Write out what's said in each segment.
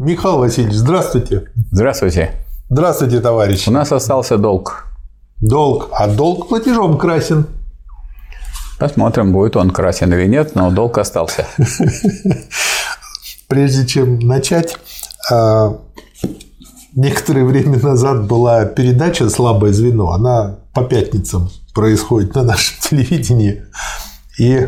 Михаил Васильевич, здравствуйте. Здравствуйте. Здравствуйте, товарищи. У нас остался долг. Долг. А долг платежом красен. Посмотрим, будет он красен или нет, но долг остался. Прежде чем начать, некоторое время назад была передача «Слабое звено». Она по пятницам происходит на нашем телевидении. И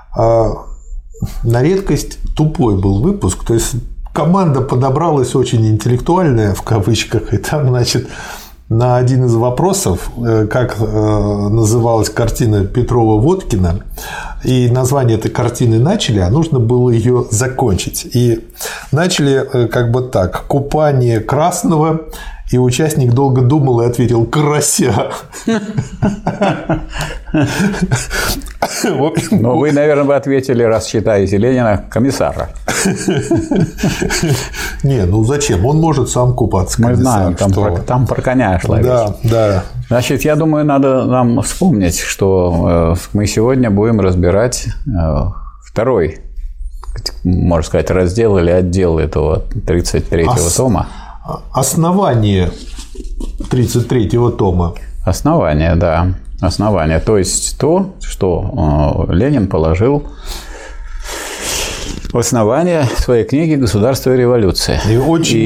на редкость тупой был выпуск. То есть команда подобралась очень интеллектуальная, в кавычках. И там, значит, на один из вопросов, как называлась картина Петрова-Водкина, и название этой картины начали, а нужно было ее закончить. И начали как бы так: «Купание красного». И участник долго думал и ответил: «Карася». Но вы, наверное, ответили, раз считаете Ленина, комиссара. Не, ну зачем? Он может сам купаться. Мы знаем, там про коня шла речь. Да. Значит, я думаю, надо нам вспомнить, что мы сегодня будем разбирать второй, можно сказать, раздел или отдел этого 33-го тома. Основание 33-го тома. Основание, да. Основание. То есть то, что Ленин положил в основание своей книги «Государство и революция». И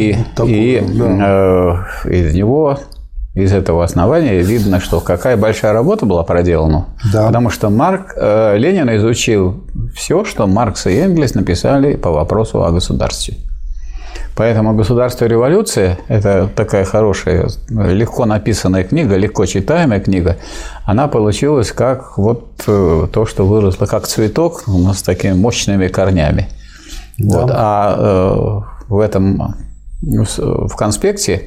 из него, из этого основания видно, что какая большая работа была проделана. Да. Потому что Ленин изучил все, что Маркс и Энгельс написали по вопросу о государстве. Поэтому «Государство и революция» – это такая хорошая, легко написанная книга, легко читаемая книга. Она получилась как вот то, что выросло как цветок, но с такими мощными корнями. Да. Вот. А в конспекте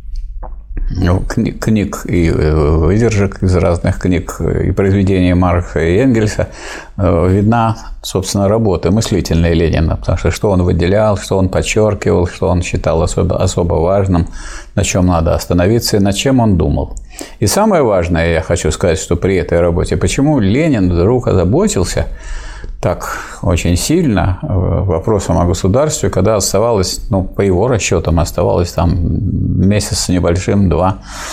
книг и выдержек из разных книг и произведений Маркса и Энгельса видна, собственно, работа мыслительная Ленина, потому что он выделял, что он подчеркивал, что он считал особо важным, на чем надо остановиться и над чем он думал. И самое важное, я хочу сказать, что при этой работе, почему Ленин вдруг озаботился так очень сильно вопросом о государстве, когда оставалось, по его расчетам, оставалось там месяц с небольшим, 2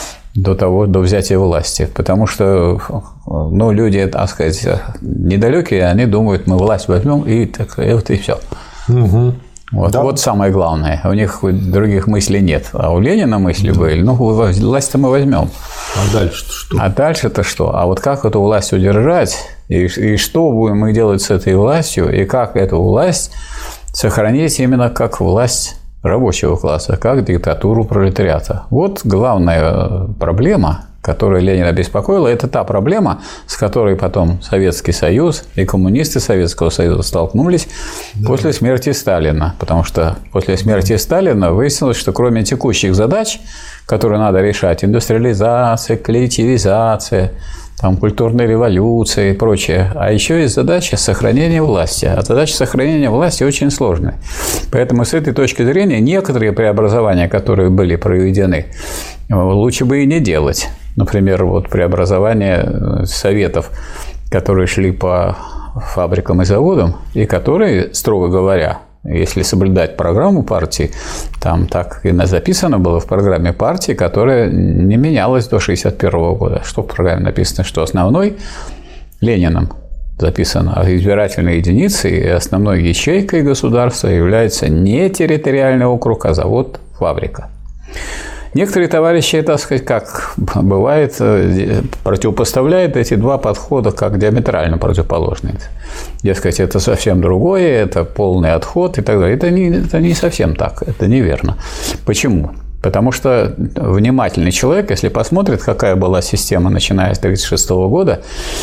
до взятия власти. Потому что люди, так сказать, недалекие, они думают, мы власть возьмем, и все. Угу. Вот самое главное. У них других мыслей нет. А у Ленина мысли были, власть-то мы возьмем. А дальше-то что? А дальше-то что? А вот как эту власть удержать? И что будем мы делать с этой властью? И как эту власть сохранить именно как власть рабочего класса, как диктатуру пролетариата? Вот главная проблема, которая Ленина беспокоила, это та проблема, с которой потом Советский Союз и коммунисты Советского Союза столкнулись после смерти Сталина. Потому что после смерти Сталина выяснилось, что кроме текущих задач, которые надо решать, индустриализация, коллективизация, культурная революция и прочее, а еще есть задача сохранения власти. А задача сохранения власти очень сложная. Поэтому с этой точки зрения некоторые преобразования, которые были проведены, лучше бы и не делать. Например, преобразование советов, которые шли по фабрикам и заводам, и которые, строго говоря, если соблюдать программу партии, там так и записано было в программе партии, которая не менялась до 1961 года. Что в программе написано? Что основной Лениным записано: избирательной единицей и основной ячейкой государства является не территориальный округ, а завод, фабрика. Некоторые товарищи, так сказать, как бывает, противопоставляют эти два подхода как диаметрально противоположные. Дескать, это совсем другое, это полный отход и так далее. Это не совсем так, это неверно. Почему? Потому что внимательный человек, если посмотрит, какая была система, начиная с 1936 года,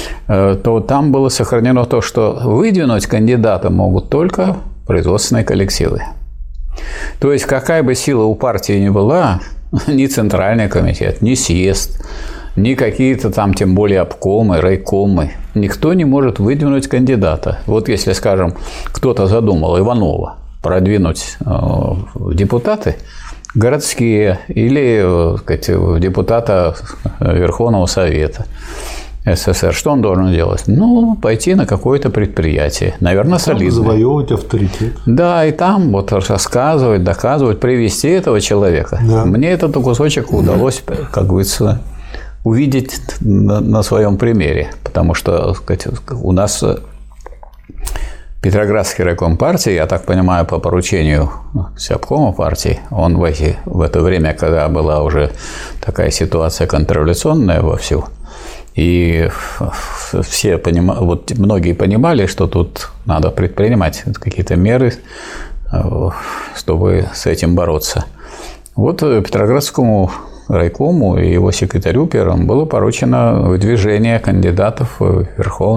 то там было сохранено то, что выдвинуть кандидата могут только производственные коллективы. То есть, какая бы сила у партии ни была, ни Центральный комитет, ни съезд, ни какие-то там, тем более, обкомы, райкомы, никто не может выдвинуть кандидата. Вот если, скажем, кто-то задумал Иванова продвинуть в депутаты городские или, в депутата Верховного Совета, СССР, что он должен делать? Ну, пойти на какое-то предприятие, наверное, солидное. Завоевывать авторитет. Да, и там вот рассказывать, доказывать, привести этого человека. Да. Мне этот кусочек удалось, как говорится, увидеть на своем примере, потому что, сказать, у нас Петроградский райком партии, я так понимаю, по поручению обкома партии, он в это время, когда была уже такая ситуация контрреволюционная вовсю, и все вот многие понимали, что тут надо предпринимать какие-то меры, чтобы с этим бороться. Вот Петроградскому райкому и его секретарю первому было поручено выдвижение кандидатов в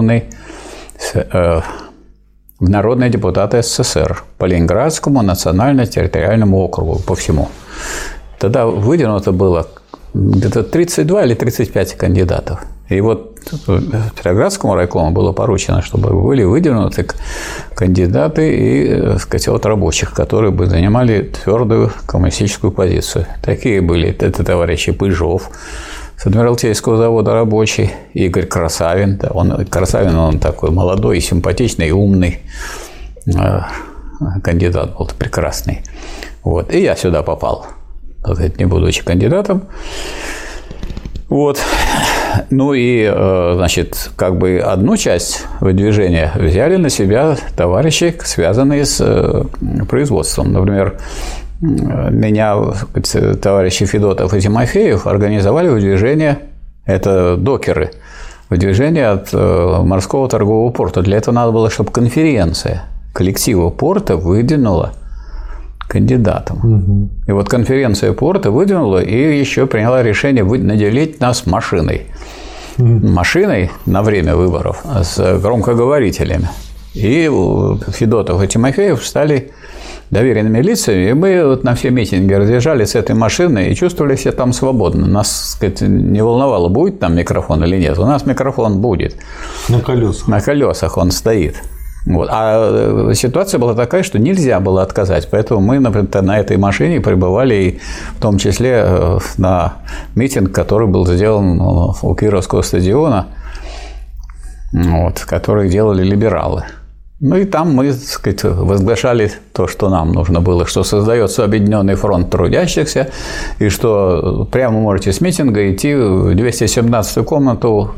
в народные депутаты СССР по Ленинградскому национально-территориальному округу, по всему. Тогда выдвинуто было где-то 32 или 35 кандидатов. И вот Петроградскому райкому было поручено, чтобы были выдвинуты кандидаты и, так сказать, от рабочих, которые бы занимали твердую коммунистическую позицию. Такие были это товарищи Пыжов с Адмиралтейского завода рабочий, Игорь Красавин. Он такой молодой, симпатичный, умный кандидат был, прекрасный. Вот. И я сюда попал, не будучи кандидатом. Вот. Ну и, значит, как бы одну часть выдвижения взяли на себя товарищи, связанные с производством. Например, меня товарищи Федотов и Тимофеев организовали выдвижение, это докеры, выдвижение от морского торгового порта. Для этого надо было, чтобы конференция коллектива порта выдвинула кандидатом. Угу. И вот конференция порта выдвинула и еще приняла решение наделить нас машиной. Угу. Машиной на время выборов с громкоговорителями. И Федотов и Тимофеев стали доверенными лицами, и мы вот на все митинги разъезжали с этой машиной и чувствовали себя там свободно. Нас, так сказать, не волновало, будет там микрофон или нет. У нас микрофон будет. На колесах. На колесах он стоит. Вот. А ситуация была такая, что нельзя было отказать. Поэтому мы, например, на этой машине пребывали, и в том числе на митинг, который был сделан у Кировского стадиона, вот, который делали либералы. Ну и там мы, так сказать, возглашали то, что нам нужно было, что создается Объединенный фронт трудящихся, и что прямо можете с митинга идти в 217-ю комнату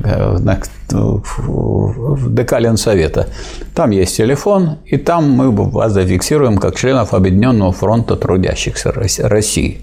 в ДК Ленсовета. Там есть телефон, и там мы вас зафиксируем как членов Объединенного фронта трудящихся России.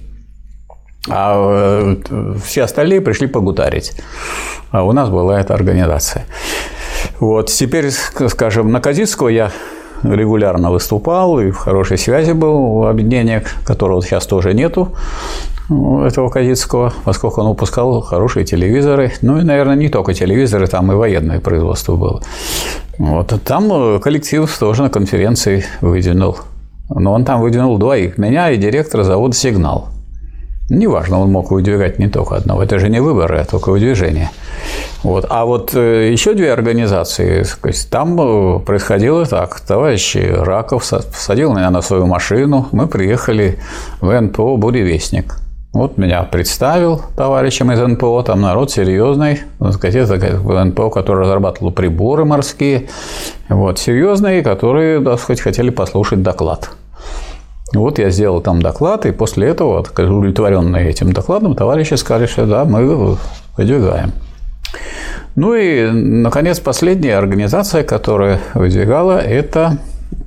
А все остальные пришли погутарить. А у нас была эта организация. Вот. Теперь, скажем, на Козицкого я регулярно выступал и в хорошей связи был в объединении, которого сейчас тоже нету, этого Козицкого, поскольку он выпускал хорошие телевизоры. Ну и, наверное, не только телевизоры, там и военное производство было. Вот. Там коллектив тоже на конференции выдвинул. Но он там выдвинул двоих, меня и директора завода «Сигнал». Неважно, он мог выдвигать не только одного. Это же не выборы, а только выдвижение. Вот. А вот еще две организации, там происходило так. Товарищ Раков садил меня на свою машину, мы приехали в НПО «Буревестник». Вот меня представил товарищам из НПО, там народ серьезный, это НПО, который разрабатывал приборы морские, вот, серьезные, которые, так сказать, хотели послушать доклад. Вот я сделал там доклад, и после этого, удовлетворенные этим докладом, товарищи сказали, что да, мы выдвигаем. Ну и, наконец, последняя организация, которая выдвигала, это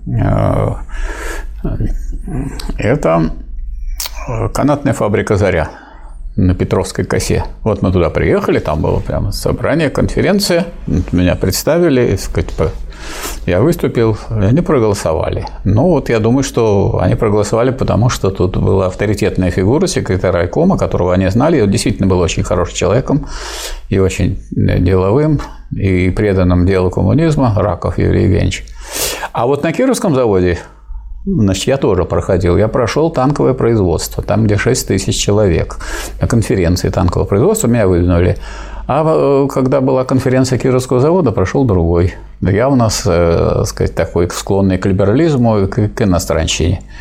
канатная фабрика «Заря» на Петровской косе. Вот мы туда приехали, там было прямо собрание, конференция, меня представили, я выступил, они проголосовали. Ну, вот я думаю, что они проголосовали, потому что тут была авторитетная фигура, секретарь райкома, которого они знали. Он действительно был очень хорошим человеком и очень деловым, и преданным делу коммунизма, Раков Юрий Евгеньевич. А вот на Кировском заводе, значит, я тоже проходил. Я прошел танковое производство, там, где 6 тысяч человек. На конференции танкового производства меня выдвинули. А когда была конференция Кировского завода, прошел другой. Я у нас, так сказать, такой склонный к либерализму и к иностранщине.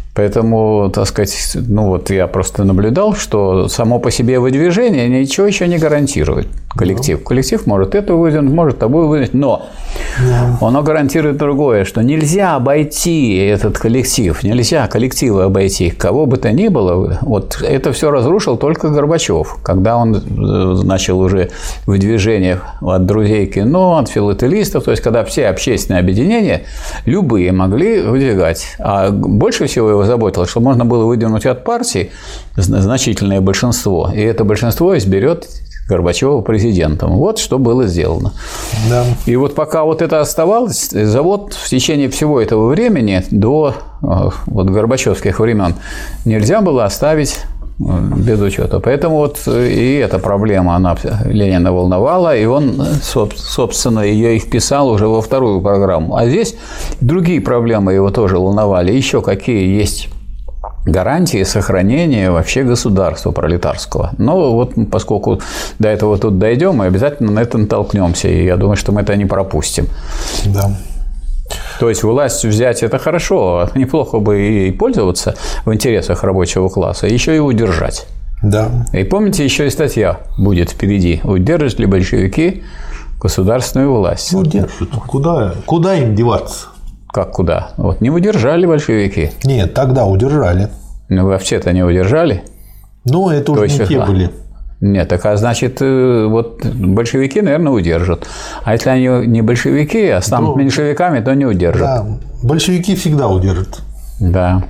Поэтому, так сказать, я просто наблюдал, что само по себе выдвижение ничего еще не гарантирует коллектив. Коллектив может это выдвинуть, может того выдвинуть, но оно гарантирует другое, что нельзя обойти этот коллектив, нельзя коллективы обойти, кого бы то ни было. Вот это все разрушил только Горбачев, когда он начал уже выдвижение от друзей кино, от филателистов, то есть когда все общественные объединения, любые могли выдвигать. А больше всего его заботило, что можно было выдвинуть от партии значительное большинство, и это большинство изберет Горбачева президентом. Вот что было сделано. Да. И вот пока вот это оставалось, завод в течение всего этого времени, до горбачевских времен, нельзя было оставить без учета. Поэтому вот и эта проблема, она Ленина волновала, и он, собственно, ее и вписал уже во вторую программу. А здесь другие проблемы его тоже волновали. Еще какие есть гарантии сохранения вообще государства пролетарского. Но вот поскольку до этого тут дойдем, мы обязательно на это натолкнемся, и я думаю, что мы это не пропустим. Да. То есть власть взять – это хорошо, неплохо бы и пользоваться в интересах рабочего класса, еще и удержать. Да. И помните, еще и статья будет впереди. Удержат ли большевики государственную власть? Удержат. Куда им деваться? Как куда? Вот не удержали большевики. Нет, тогда удержали. Ну, вообще-то не удержали. Ну, это уже не те были. Нет, так а значит, вот большевики, наверное, удержат. А если они не большевики, а станут меньшевиками, то не удержат. Да, большевики всегда удержат. Да.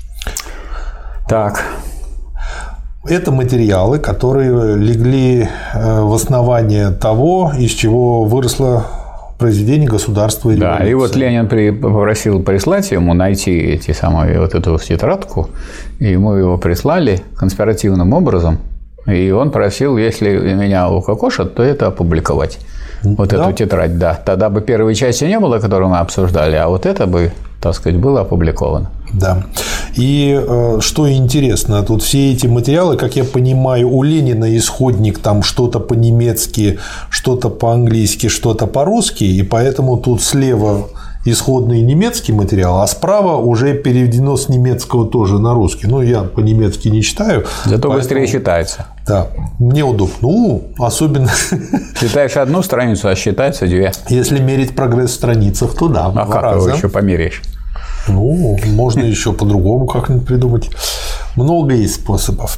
Так. Это материалы, которые легли в основание того, из чего выросло произведение государства и революции. Да, и вот Ленин попросил прислать ему найти вот эту тетрадку, и ему его прислали конспиративным образом, и он просил, если меня укокошат, то это опубликовать. Вот эту тетрадь, да. Тогда бы первой части не было, которую мы обсуждали, а вот это бы, так сказать, было опубликовано. Да. И что интересно, тут все эти материалы, как я понимаю, у Ленина исходник там что-то по-немецки, что-то по-английски, что-то по-русски, и поэтому тут слева исходный немецкий материал, а справа уже переведено с немецкого тоже на русский. Ну, я по-немецки не читаю. Зато быстрее читается. Да, мне удобно. Ну, особенно… Читаешь одну страницу, а считается две. Если мерить прогресс в страницах, то да. А как его еще померяешь? Ну, можно еще по-другому как-нибудь придумать. Много есть способов.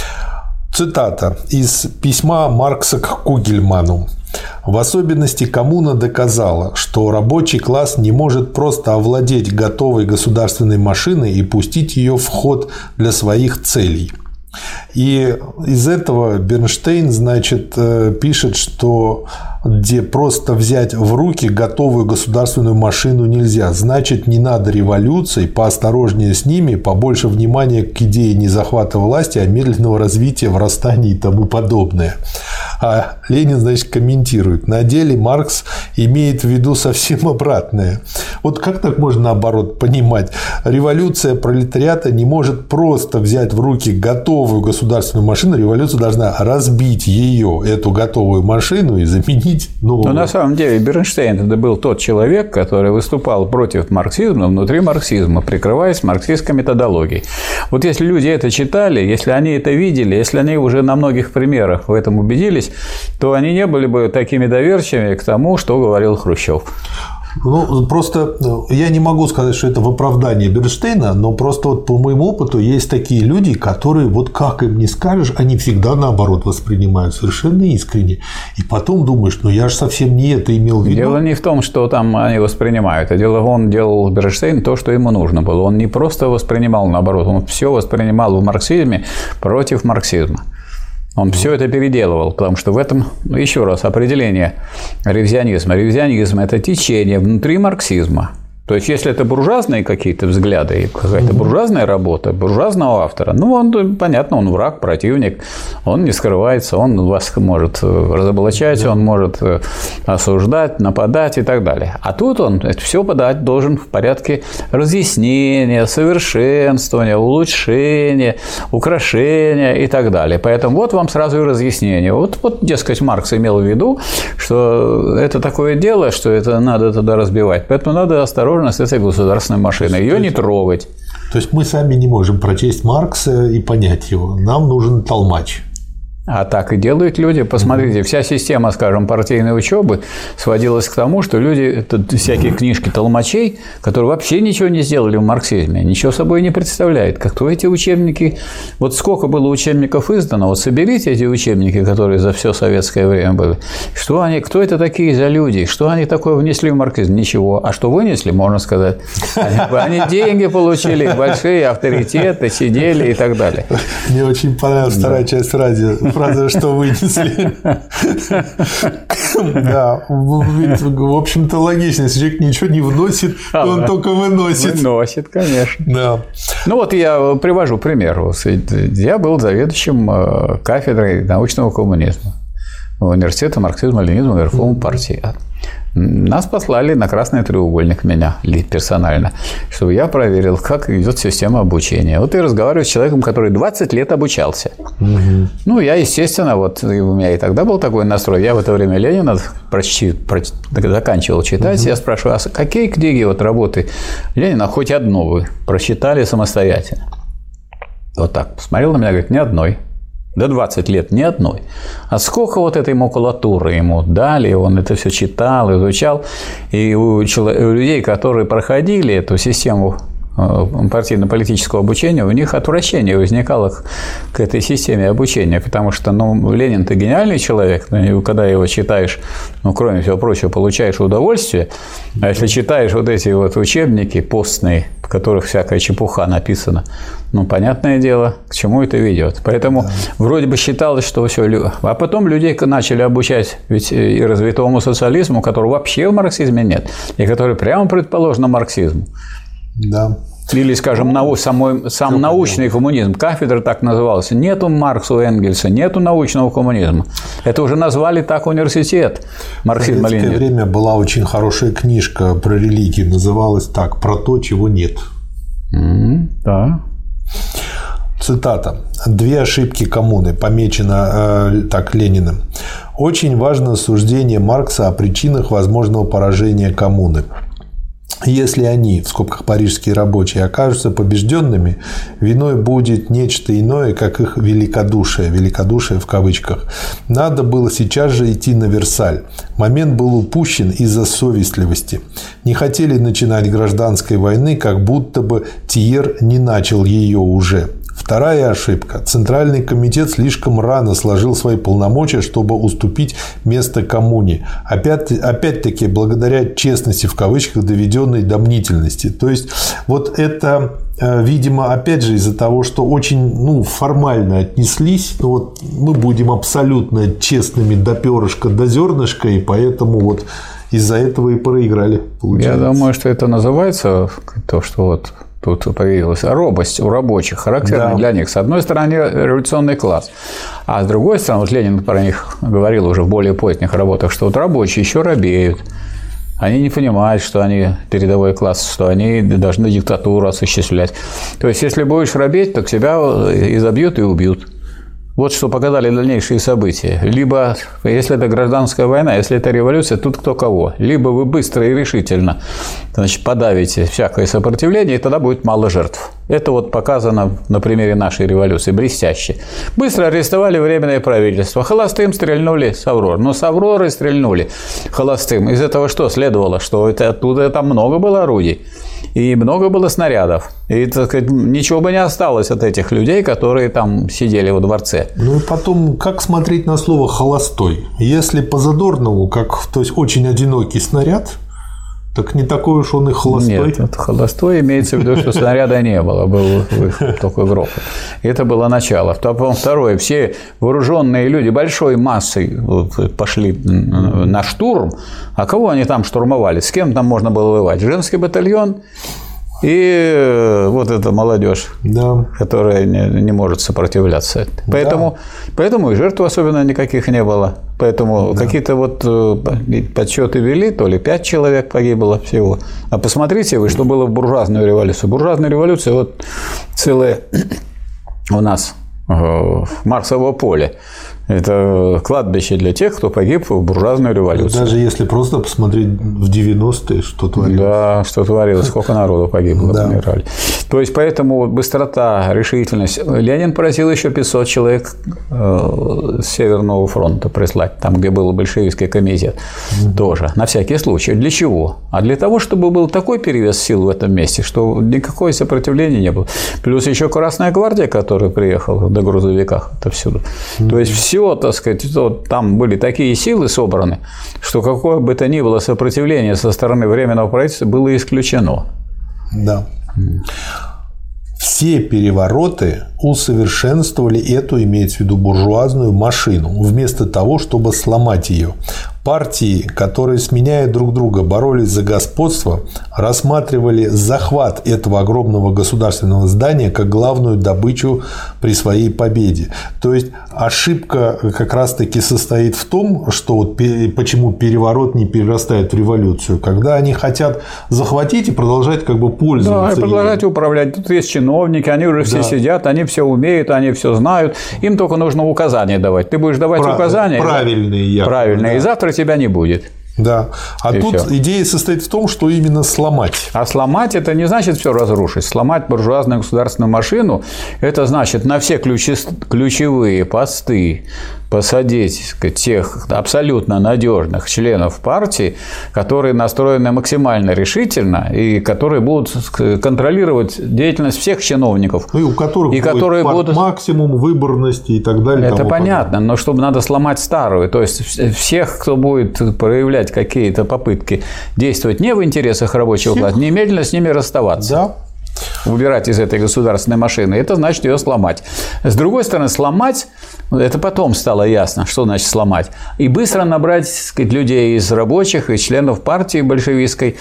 Цитата из письма Маркса к Кугельману. В особенности коммуна доказала, что рабочий класс не может просто овладеть готовой государственной машиной и пустить ее в ход для своих целей. И из этого Бернштейн, значит, пишет, что где просто взять в руки готовую государственную машину нельзя. Значит, не надо революций, поосторожнее с ними, побольше внимания к идее не захвата власти, а медленного развития, врастания и тому подобное. А Ленин, значит, комментирует. На деле Маркс имеет в виду совсем обратное. Вот как так можно наоборот понимать? Революция пролетариата не может просто взять в руки готовую государственную машину. Революция должна разбить ее, эту готовую машину, и заменить новую. Но на самом деле Бернштейн это был тот человек, который выступал против марксизма внутри марксизма, прикрываясь марксистской методологией. Вот если люди это читали, если они это видели, если они уже на многих примерах в этом убедились, то они не были бы такими доверчивыми к тому, что говорил Хрущев. Ну, просто я не могу сказать, что это в оправдании Бернштейна, но просто вот по моему опыту есть такие люди, которые, вот как им не скажешь, они всегда наоборот воспринимают совершенно искренне. И потом думаешь, ну я же совсем не это имел в виду. Дело не в том, что там они воспринимают, а дело он делал Бернштейн то, что ему нужно было. Он не просто воспринимал наоборот, он все воспринимал в марксизме против марксизма. Он все это переделывал, потому что в этом, еще раз, определение ревизионизма. Ревизионизм – это течение внутри марксизма. То есть, если это буржуазные какие-то взгляды, какая-то буржуазная работа, буржуазного автора, ну, он, понятно, он враг, противник, он не скрывается, он вас может разоблачать, он может осуждать, нападать и так далее. А тут он все подать должен в порядке разъяснения, совершенствования, улучшения, украшения и так далее. Поэтому вот вам сразу и разъяснение. Вот, дескать, Маркс имел в виду, что это такое дело, что это надо тогда разбивать, поэтому надо осторожно с этой государственной машиной, ее не трогать. То есть мы сами не можем прочесть Маркса и понять его. Нам нужен толмач. А так и делают люди. Посмотрите, вся система, скажем, партийной учебы сводилась к тому, что люди, всякие книжки толмачей, которые вообще ничего не сделали в марксизме, ничего собой не представляют. Как-то эти учебники, вот сколько было учебников издано, вот соберите эти учебники, которые за все советское время были. Что они, кто это такие за люди, что они такое внесли в марксизм? Ничего. А что вынесли, можно сказать? Они деньги получили, большие авторитеты, сидели и так далее. Мне очень понравилась вторая часть фразы, что вынесли. Да, в общем-то, логично. Если человек ничего не вносит, то он только выносит. Выносит, конечно. Да. Ну вот я привожу пример. Я был заведующим кафедрой научного коммунизма университета марксизма, ленинизма, Верховной партии. Нас послали на красный треугольник, меня персонально, чтобы я проверил, как идет система обучения. Вот я разговариваю с человеком, который 20 лет обучался. Угу. Ну, я, естественно, вот у меня и тогда был такой настрой. Я в это время Ленина заканчивал читать. Угу. Я спрашиваю, а какие книги, вот работы Ленина, хоть одну вы прочитали самостоятельно? Вот так посмотрел на меня, говорит, ни одной. До 20 лет ни одной. А сколько вот этой макулатуры ему дали, он это все читал, изучал. И у людей, которые проходили эту систему партийно-политического обучения, у них отвращение возникало к этой системе обучения, потому что, Ленин-то гениальный человек, когда его читаешь, кроме всего прочего, получаешь удовольствие, а если читаешь вот эти вот учебники постные, в которых всякая чепуха написана, понятное дело, к чему это ведет. Поэтому вроде бы считалось, что все. А потом людей начали обучать ведь и развитому социализму, которого вообще в марксизме нет, и который прямо предположен марксизму. Да. Или, скажем, сам научный коммунизм, кафедра так называлась. Нету Маркса и Энгельса, нету научного коммунизма. Это уже назвали так университет марксизма. В советское время была очень хорошая книжка про религию, называлась так «Про то, чего нет». Да. Цитата. «Две ошибки коммуны», помечено так Лениным. «Очень важно суждение Маркса о причинах возможного поражения коммуны. Если они, в скобках парижские рабочие, окажутся побежденными, виной будет нечто иное, как их великодушие в кавычках. Надо было сейчас же идти на Версаль. Момент был упущен из-за совестливости. Не хотели начинать гражданской войны, как будто бы Тиер не начал ее уже. Вторая ошибка. Центральный комитет слишком рано сложил свои полномочия, чтобы уступить место коммуне. Опять-таки, благодаря честности, в кавычках, доведенной до мнительности. То есть, вот это, видимо, опять же, из-за того, что очень формально отнеслись, вот мы будем абсолютно честными до перышка, до зернышка, и поэтому вот из-за этого и проиграли. Получается. Я думаю, что это называется то, что вот тут появилась робость у рабочих, характерная для них. С одной стороны, революционный класс, а с другой стороны, вот Ленин про них говорил уже в более поздних работах, что вот рабочие еще робеют. Они не понимают, что они передовой класс, что они должны диктатуру осуществлять. То есть, если будешь робеть, то тебя изобьют и убьют. Вот что показали дальнейшие события. Либо, если это гражданская война, если это революция, тут кто кого. Либо вы быстро и решительно подавите всякое сопротивление, и тогда будет мало жертв. Это вот показано на примере нашей революции, блестяще. Быстро арестовали Временное правительство. Холостым стрельнули с Авроры. Но с Авроры стрельнули холостым. Из этого что следовало? Что оттуда там много было орудий. И много было снарядов. И, так сказать, ничего бы не осталось от этих людей, которые там сидели во дворце. Ну и потом, как смотреть на слово «холостой»? Если по Задорнову, то есть очень одинокий снаряд, так не такой уж он и холостой. Нет, холостой имеется в виду, что снаряда не было, был только грохот. Это было начало. Второе, все вооруженные люди большой массой пошли на штурм. А кого они там штурмовали? С кем там можно было воевать? Женский батальон и вот эта молодежь, которая не может сопротивляться. Поэтому и жертв особенно никаких не было. Поэтому какие-то вот подсчеты вели, то ли 5 человек погибло всего. А посмотрите вы, что было в буржуазную революцию. Буржуазная революция, вот целая у нас Марсово поле. Это кладбище для тех, кто погиб в буржуазную революцию. Даже если просто посмотреть в 90-е, что творилось. Да, что творилось, сколько народу погибло, помирали. То есть, поэтому быстрота, решительность. Ленин просил еще 500 человек с Северного фронта прислать, там, где был большевистский комитет, тоже, на всякий случай. Для чего? А для того, чтобы был такой перевес сил в этом месте, что никакого сопротивления не было. Плюс еще Красная гвардия, которая приехала на грузовиках отовсюду. То есть, все, так сказать, там были такие силы собраны, что какое бы то ни было сопротивление со стороны Временного правительства было исключено. Да. Все перевороты усовершенствовали эту, имеется в виду буржуазную машину, вместо того, чтобы сломать ее. Партии, которые, сменяя друг друга, боролись за господство, рассматривали захват этого огромного государственного здания как главную добычу при своей победе. То есть ошибка как раз-таки состоит в том, что вот почему переворот не перерастает в революцию, когда они хотят захватить и продолжать как бы пользоваться. Да, и продолжать управлять. Тут есть чиновники, они уже все сидят, они все умеют, они все знают. Им только нужно указания давать. Ты будешь давать указания. Правильные. Правильные. Да. И завтра тебя не будет. Да. А и тут все. Идея состоит в том, что именно сломать. А сломать – это не значит все разрушить. Сломать буржуазную государственную машину – это значит на все ключевые посты посадить тех абсолютно надежных членов партии, которые настроены максимально решительно и которые будут контролировать деятельность всех чиновников. И у которых будет максимум выборности и так далее. Это понятно, но чтобы надо сломать старую. То есть всех, кто будет проявлять какие-то попытки действовать не в интересах рабочего класса, немедленно с ними расставаться. Да. Убирать из этой государственной машины, это значит ее сломать. С другой стороны, сломать, это потом стало ясно, что значит сломать, и быстро набрать, так сказать, людей из рабочих и членов партии большевистской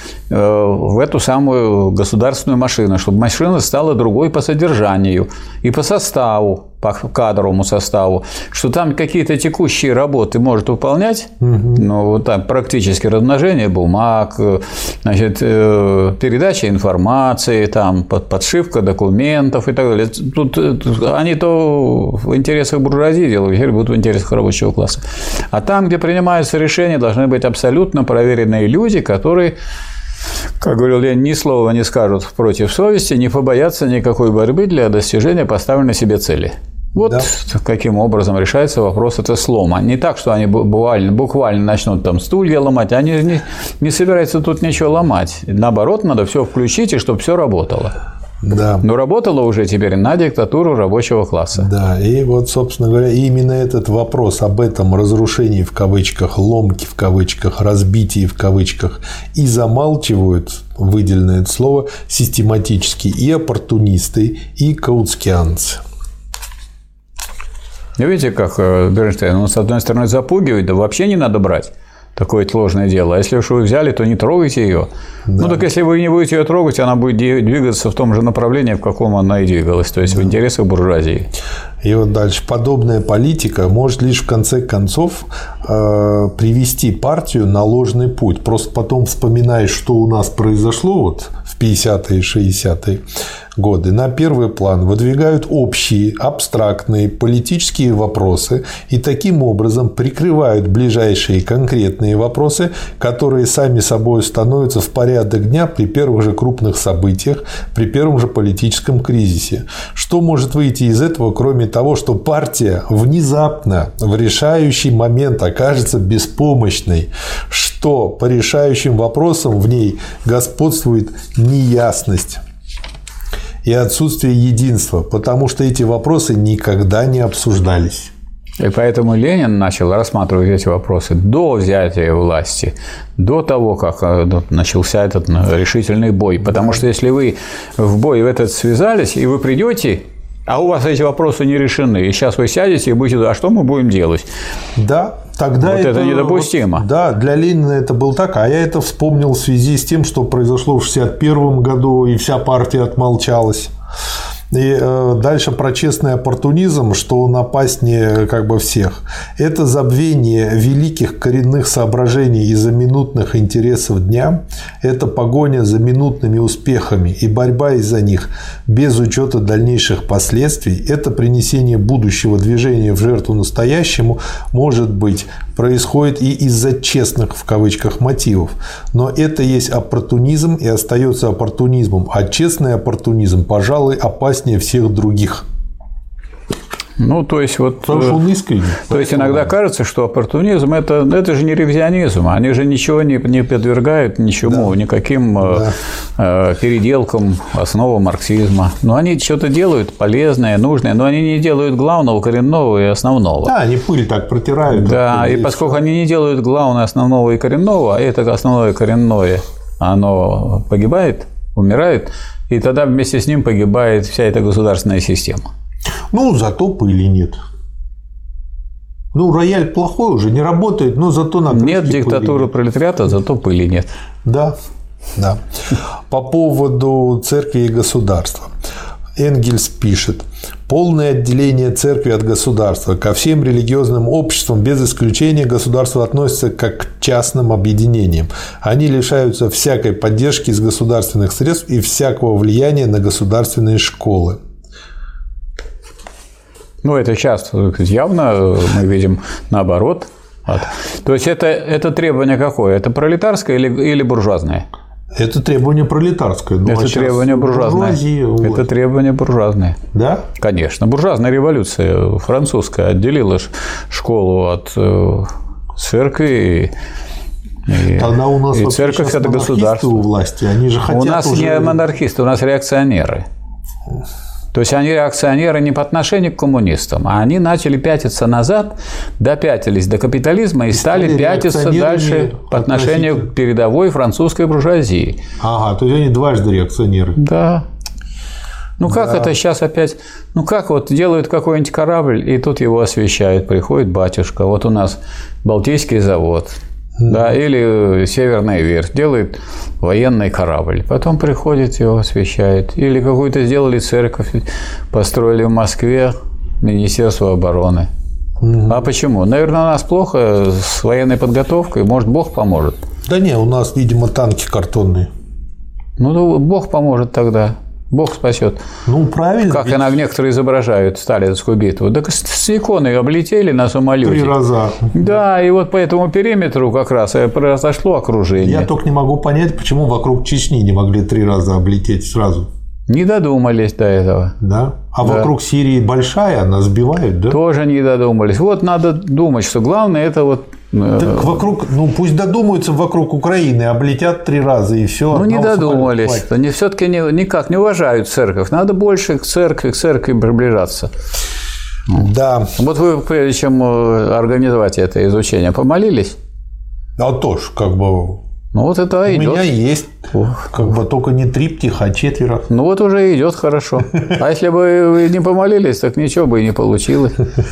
в эту самую государственную машину, чтобы машина стала другой по содержанию и по составу, по кадровому составу, что там какие-то текущие работы может выполнять, но там практически размножение бумаг, значит, передача информации, там, подшивка документов и так далее. Тут они то в интересах буржуазии делают, теперь будут в интересах рабочего класса. А там, где принимаются решения, должны быть абсолютно проверенные люди, которые, как говорил Ленин, ни слова не скажут против совести, не побоятся никакой борьбы для достижения поставленной себе цели. Вот каким образом решается вопрос этого слома. Не так, что они буквально начнут там стулья ломать, они не собираются тут ничего ломать. Наоборот, надо все включить, и чтобы все работало. Да. Но работало уже теперь на диктатуру рабочего класса. Да, и вот, собственно говоря, именно этот вопрос об этом разрушении в кавычках, ломке в кавычках, разбитии в кавычках и замалчивают, выделенное это слово, систематически и оппортунисты, и каутскианцы. Видите, как Бернштейн, он, с одной стороны, запугивает, да вообще не надо брать такое сложное дело. А если уж вы взяли, то не трогайте ее. Да. Ну, так если вы не будете ее трогать, она будет двигаться в том же направлении, в каком она и двигалась, то есть в интересах буржуазии. И вот дальше. Подобная политика может лишь в конце концов привести партию на ложный путь. Просто потом вспоминаешь, что у нас произошло вот в 50-е и 60-е годы. На первый план выдвигают общие, абстрактные политические вопросы и таким образом прикрывают ближайшие конкретные вопросы, которые сами собой становятся в порядок дня при первых же крупных событиях, при первом же политическом кризисе. Что может выйти из этого, кроме того, что партия внезапно в решающий момент окажется беспомощной, что по решающим вопросам в ней господствует неясность и отсутствие единства, потому что эти вопросы никогда не обсуждались. И поэтому Ленин начал рассматривать эти вопросы до взятия власти, до того, как начался этот решительный бой. Потому что если вы в бой в этот связались, и вы придете, а у вас эти вопросы не решены, и сейчас вы сядете и будете, а что мы будем делать? Да. Тогда вот это недопустимо. Вот, да, для Ленина это было так, а я это вспомнил в связи с тем, что произошло в 1961 году, и вся партия отмолчалась. И дальше про честный оппортунизм, что он опаснее как бы всех. Это забвение великих коренных соображений из-за минутных интересов дня, это погоня за минутными успехами и борьба из-за них без учета дальнейших последствий, это принесение будущего движения в жертву настоящему, может быть, происходит и из-за честных, в кавычках, мотивов. Но это есть оппортунизм и остается оппортунизмом, а честный оппортунизм, пожалуй, опаснее всех других. Ну, то есть, вот, потому что он искренний. То есть, иногда кажется, что оппортунизм – это же не ревизионизм. Они же ничего не подвергают ничему, да. Никаким переделкам основы марксизма. Но они что-то делают полезное, нужное, но они не делают главного, коренного и основного. Да, они пыль так протирают. Да, и поскольку они не делают главного, основного и коренного, а это основное и коренное, оно погибает, умирает, и тогда вместе с ним погибает вся эта государственная система. Ну, зато пыли нет. Ну, рояль плохой уже, не работает, но зато на крышке нет диктатуры пролетариата, зато пыли нет. Да, да. По поводу церкви и государства. Энгельс пишет: полное отделение церкви от государства. Ко всем религиозным обществам без исключения государство относится как к частным объединениям. Они лишаются всякой поддержки из государственных средств и всякого влияния на государственные школы. Ну, это часто, явно мы видим наоборот. То есть, это требование какое? Это пролетарское или буржуазное? Это требование пролетарское. Ну, это требование буржуазное. Это требование буржуазное. Да? Конечно. Буржуазная революция французская отделила школу от церкви. Тогда у нас и церковь – это государство. У власти. Они же хотят у нас уже... не монархисты, у нас реакционеры. То есть, они реакционеры не по отношению к коммунистам, а они начали пятиться назад, допятились до капитализма и стали пятиться дальше по отношению к передовой французской буржуазии. Ага, то есть, они дважды реакционеры. Да. Ну, как это сейчас опять... Ну, как вот делают какой-нибудь корабль, и тут его освещают, приходит батюшка. Вот у нас Балтийский завод. Да, или Северная верфь делает военный корабль, потом приходит, его освещает. Или какую-то сделали церковь, построили в Москве Министерство обороны. А почему? Наверное, у нас плохо с военной подготовкой, может, Бог поможет. Да не, у нас, видимо, танки картонные. Ну, Бог поможет тогда. Бог спасет. Ну, правильно. Как некоторые изображают Сталинскую битву. Так с иконой облетели на самолете. 3 раза. Да, и вот по этому периметру как раз произошло окружение. Я только не могу понять, почему вокруг Чечни не могли 3 раза облететь сразу. Не додумались до этого. Да? А вокруг Сирии большая, нас сбивают, да? Тоже не додумались. Вот надо думать, что главное это вот... Так вокруг, ну пусть додумаются вокруг Украины, облетят 3 раза и все. Ну не додумались. Они все-таки никак не уважают церковь. Надо больше к церкви приближаться. Да. Вот вы, прежде чем организовать это изучение, помолились? А тоже как бы. Ну вот это у идет. У меня есть, как бы только не триптих, а 4. Ну вот уже идет хорошо. А если бы вы не помолились, так ничего бы и не получилось.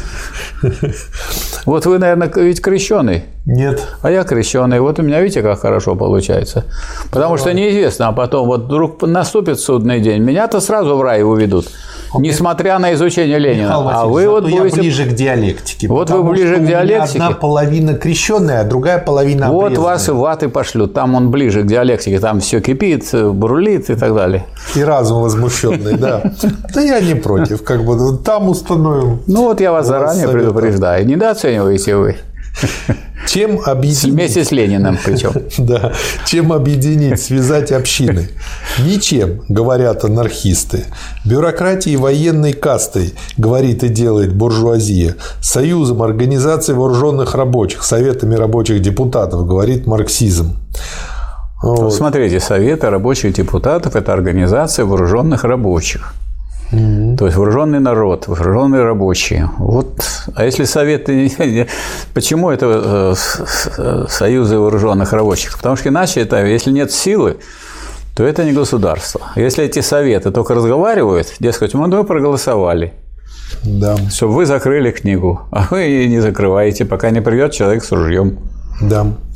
Вот вы, наверное, ведь крещеный. Нет. А я крещеный. Вот у меня, видите, как хорошо получается. Потому что неизвестно, а потом вот вдруг наступит судный день, меня-то сразу в рай уведут. Несмотря на изучение Ленина. Михаил а вы вот будете... ближе к диалектике. Вот вы ближе к диалектике. Одна половина крещенная, а другая половина обрезанная. Вот вас и в ад и пошлют. Там он ближе к диалектике. Там все кипит, бурлит и так далее. И разум возмущенный, да. Да я не против. Как бы там установим. Ну вот я вас заранее предупреждаю. Недооцениваете вы. Чем объединить? Вместе с Лениным причем. Да. Чем объединить, связать общины? Ничем, говорят анархисты. Бюрократией, военной кастой, говорит и делает буржуазия. Союзом организаций вооруженных рабочих, советами рабочих депутатов, говорит марксизм. Вот. Смотрите, советы рабочих депутатов – это организация вооруженных рабочих. То есть вооруженный народ, вооруженные рабочие. Вот. А если советы... Почему это союзы вооруженных рабочих? Потому что иначе это, если нет силы, то это не государство. Если эти советы только разговаривают, дескать, мы проголосовали, да. Чтобы вы закрыли книгу, а вы не закрываете, пока не придет человек с ружьем. Да.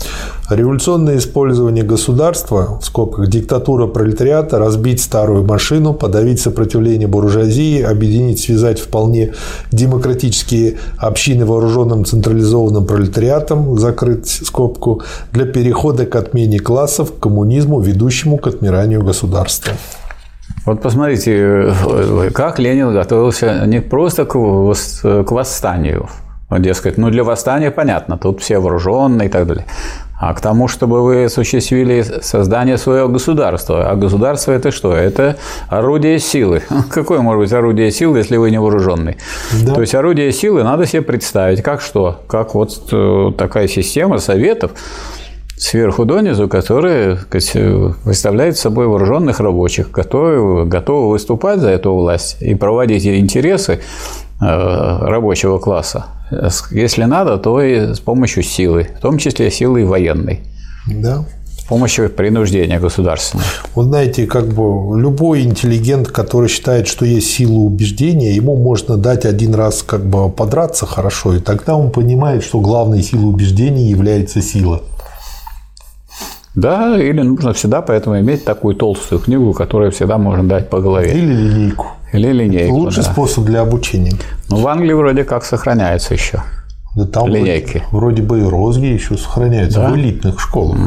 Революционное использование государства, в скобках диктатура пролетариата, разбить старую машину, подавить сопротивление буржуазии, объединить, связать вполне демократические общины вооруженным централизованным пролетариатом, закрыть скобку, для перехода к отмене классов, к коммунизму, ведущему к отмиранию государства. Вот посмотрите, как Ленин готовился не просто к восстанию, дескать, для восстания понятно, тут все вооруженные и так далее, а к тому, чтобы вы осуществили создание своего государства. А государство – это что? Это орудие силы. Какое может быть орудие силы, если вы не вооруженный? Да. То есть орудие силы надо себе представить, как что? Как вот такая система советов сверху донизу, которая, представляет собой вооруженных рабочих, которые готовы выступать за эту власть и проводить интересы рабочего класса. Если надо, то и с помощью силы, в том числе силы военной. Да. С помощью принуждения государственного. Вы знаете, любой интеллигент, который считает, что есть сила убеждения, ему можно дать один раз подраться хорошо, и тогда он понимает, что главной силой убеждения является сила. Да, или нужно всегда поэтому иметь такую толстую книгу, которую всегда можно дать по голове. Или линейку. Или линейку. Лучший способ для обучения. В Англии вроде как сохраняется еще. Да там линейки. Вроде бы и розги еще сохраняются, да? В элитных школах.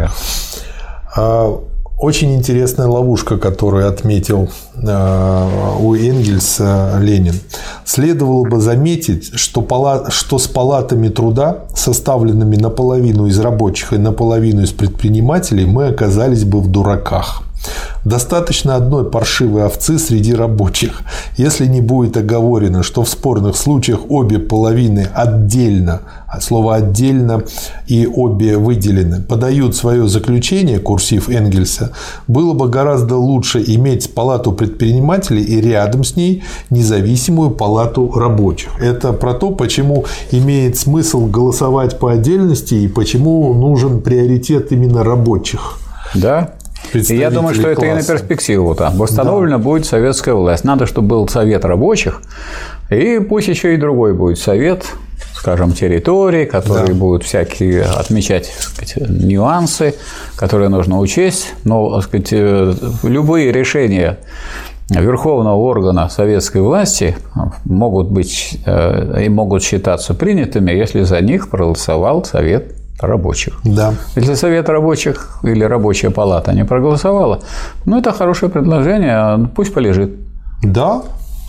Очень интересная ловушка, которую отметил у Энгельса Ленин. Следовало бы заметить, что с палатами труда, составленными наполовину из рабочих и наполовину из предпринимателей, мы оказались бы в дураках. Достаточно одной паршивой овцы среди рабочих. Если не будет оговорено, что в спорных случаях обе половины отдельно, слово «отдельно» и обе выделены, подают свое заключение, курсив Энгельса, было бы гораздо лучше иметь палату предпринимателей и рядом с ней независимую палату рабочих. Это про то, почему имеет смысл голосовать по отдельности и почему нужен приоритет именно рабочих. Да. И я думаю, что это и на перспективу. Восстановлена будет советская власть. Надо, чтобы был совет рабочих, и пусть еще и другой будет совет, скажем, территорий, которые будут всякие отмечать, нюансы, которые нужно учесть. Но, любые решения верховного органа советской власти могут быть и могут считаться принятыми, если за них проголосовал совет рабочих. Да. Если совет рабочих или рабочая палата не проголосовала, это хорошее предложение, пусть полежит. Да.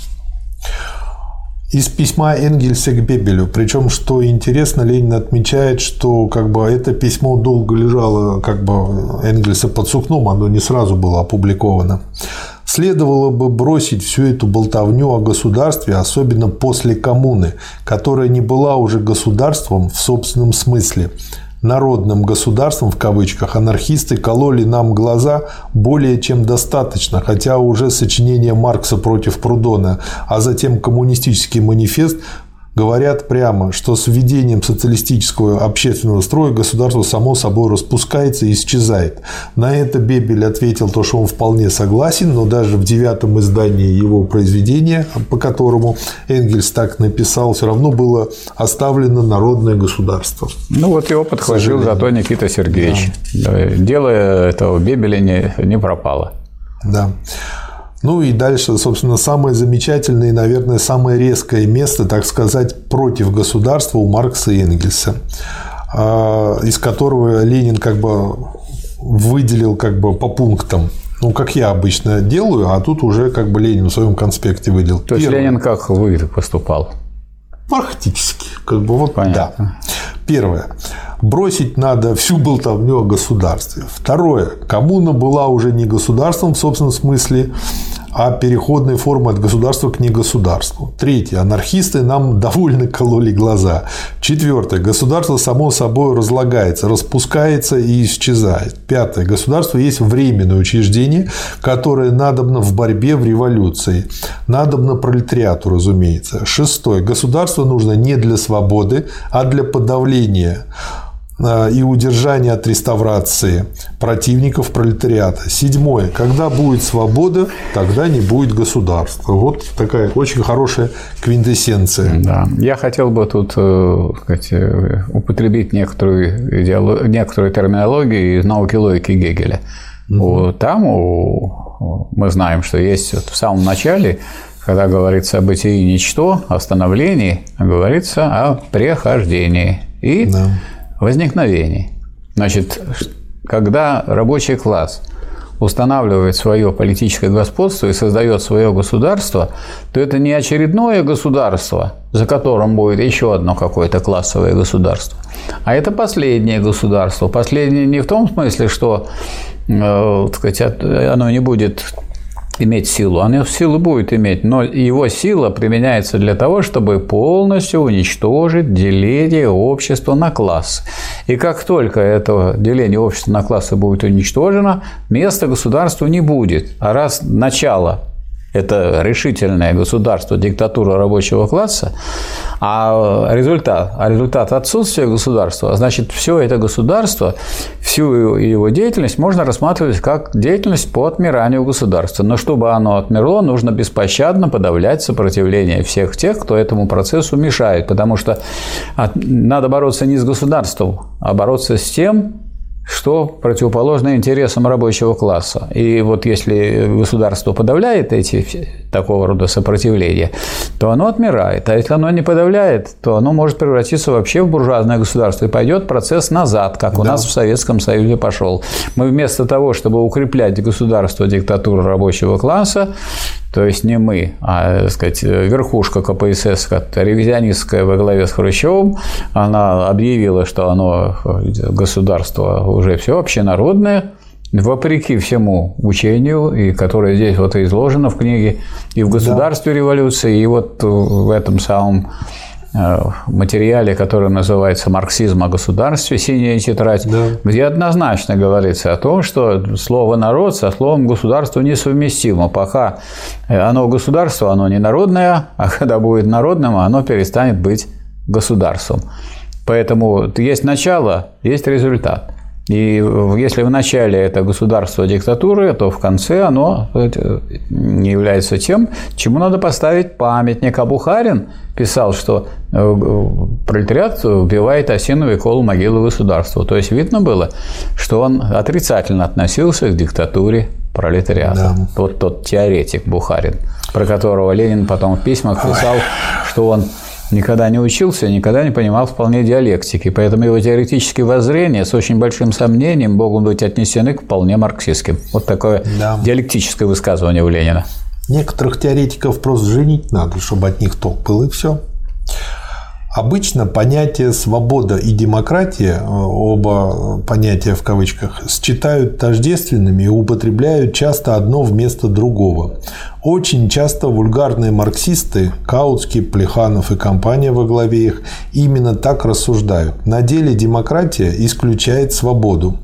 Из письма Энгельса к Бебелю. Причем, что интересно, Ленин отмечает, что это письмо долго лежало Энгельса под сукном, оно не сразу было опубликовано. Следовало бы бросить всю эту болтовню о государстве, особенно после коммуны, которая не была уже государством в собственном смысле. Народным государством, в кавычках, анархисты кололи нам глаза более чем достаточно, хотя уже сочинение Маркса против Прудона, а затем коммунистический манифест говорят прямо, что с введением социалистического общественного строя государство само собой распускается и исчезает. На это Бебель ответил, что он вполне согласен, но даже в 9-м издании его произведения, по которому Энгельс так написал, все равно было оставлено народное государство. Его подхватил зато Никита Сергеевич. Да. Дело этого Бебеля не пропало. Да. И дальше, собственно, самое замечательное и, наверное, самое резкое место, так сказать, против государства у Маркса и Энгельса, из которого Ленин выделил по пунктам. Как я обычно делаю, а тут уже Ленин в своем конспекте выделил. То есть Ленин как поступал? Практически. Понятно. Да. Первое. Бросить надо всю болтовню о государстве. Второе. Коммуна была уже не государством в собственном смысле, а переходной формой от государства к негосударству. Третье. Анархисты нам довольно кололи глаза. Четвертое. Государство само собой разлагается, распускается и исчезает. Пятое. Государство есть временное учреждение, которое надобно в борьбе в революции. Надобно пролетариату, разумеется. Шестое. Государство нужно не для свободы, а для подавления и удержание от реставрации противников пролетариата. 7. Когда будет свобода, тогда не будет государства. Вот такая очень хорошая квинтэссенция. Да. Я хотел бы тут употребить некоторую терминологию из науки логики Гегеля. Там мы знаем, что есть в самом начале, когда говорится о бытии и ничто, о становлении, говорится о прехождении и возникновении. Значит, когда рабочий класс устанавливает свое политическое господство и создает свое государство, то это не очередное государство, за которым будет еще одно какое-то классовое государство, а это последнее государство. Последнее не в том смысле, что оно не будет иметь силу. Оно силу будет иметь, но его сила применяется для того, чтобы полностью уничтожить деление общества на классы. И как только это деление общества на классы будет уничтожено, места государству не будет. А раз начало – это решительное государство, диктатура рабочего класса, а результат отсутствия государства, значит, все это государство, всю его деятельность можно рассматривать как деятельность по отмиранию государства. Но чтобы оно отмерло, нужно беспощадно подавлять сопротивление всех тех, кто этому процессу мешает, потому что надо бороться не с государством, а бороться с тем, что противоположно интересам рабочего класса. И вот если государство подавляет такого рода сопротивления, то оно отмирает. А если оно не подавляет, то оно может превратиться вообще в буржуазное государство. И пойдет процесс назад, как у нас в Советском Союзе пошел. Мы вместо того, чтобы укреплять государство, диктатуру рабочего класса, то есть не мы, а, так сказать, верхушка КПСС, ревизионистская во главе с Хрущевым, она объявила, что оно, государство, уже все общенародное, вопреки всему учению, и которое здесь вот изложено в книге, и в «Государстве революции», и вот в этом самом материале, который называется «Марксизм о государстве», «Синяя тетрадь», где однозначно говорится о том, что слово «народ» со словом «государство» несовместимо. Пока оно государство, оно не народное, а когда будет народным, оно перестанет быть государством. Поэтому есть начало, есть результат. И если в начале это государство диктатуры, то в конце оно не является тем, чему надо поставить памятник. А Бухарин писал, что пролетариат убивает осиновый кол могилы государства. То есть видно было, что он отрицательно относился к диктатуре пролетариата. Да. Вот тот теоретик Бухарин, про которого Ленин потом в письмах писал, что он никогда не учился, никогда не понимал вполне диалектики, поэтому его теоретические воззрения с очень большим сомнением могут быть отнесены к вполне марксистским. Вот такое диалектическое высказывание у Ленина. Некоторых теоретиков просто женить надо, чтобы от них толк был, и все. Обычно понятия «свобода» и «демократия», оба понятия в кавычках, считают тождественными и употребляют часто одно вместо другого. Очень часто вульгарные марксисты, Каутский, Плеханов и компания во главе их, именно так рассуждают. На деле демократия исключает свободу.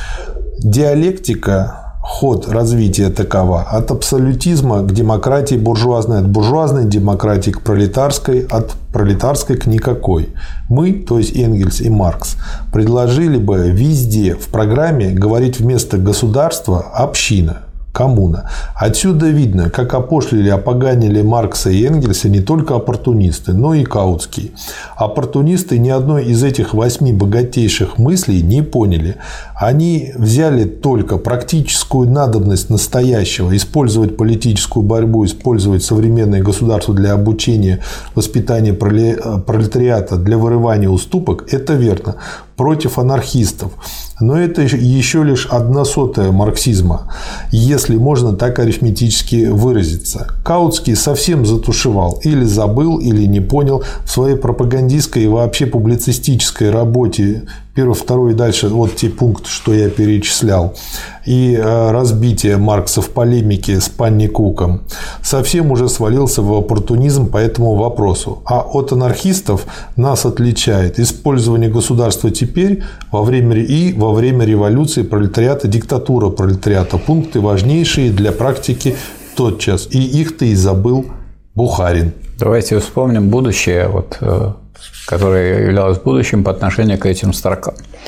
Диалектика, ход развития такова: от абсолютизма к демократии буржуазной, от буржуазной демократии к пролетарской, от пролетарской к никакой. Мы, то есть Энгельс и Маркс, предложили бы везде в программе говорить вместо государства «община», коммуна. Отсюда видно, как опошлили, опоганили Маркса и Энгельса не только оппортунисты, но и Каутский. Оппортунисты ни одной из этих 8 богатейших мыслей не поняли. Они взяли только практическую надобность настоящего, использовать политическую борьбу, использовать современное государство для обучения, воспитания пролетариата, для вырывания уступок. Это верно. Против анархистов. Но это еще лишь 1/100 марксизма, если можно так арифметически выразиться. Каутский совсем затушевал, или забыл, или не понял в своей пропагандистской и вообще публицистической работе. 1, 2 и дальше вот те пункты, что я перечислял, и разбитие Маркса в полемике с Панникуком, совсем уже свалился в оппортунизм по этому вопросу. А от анархистов нас отличает использование государства теперь, во время революции пролетариата, диктатура пролетариата, пункты важнейшие для практики тотчас. И их-то и забыл Бухарин. Давайте вспомним будущее, которое являлось будущим по отношению к этим строкам.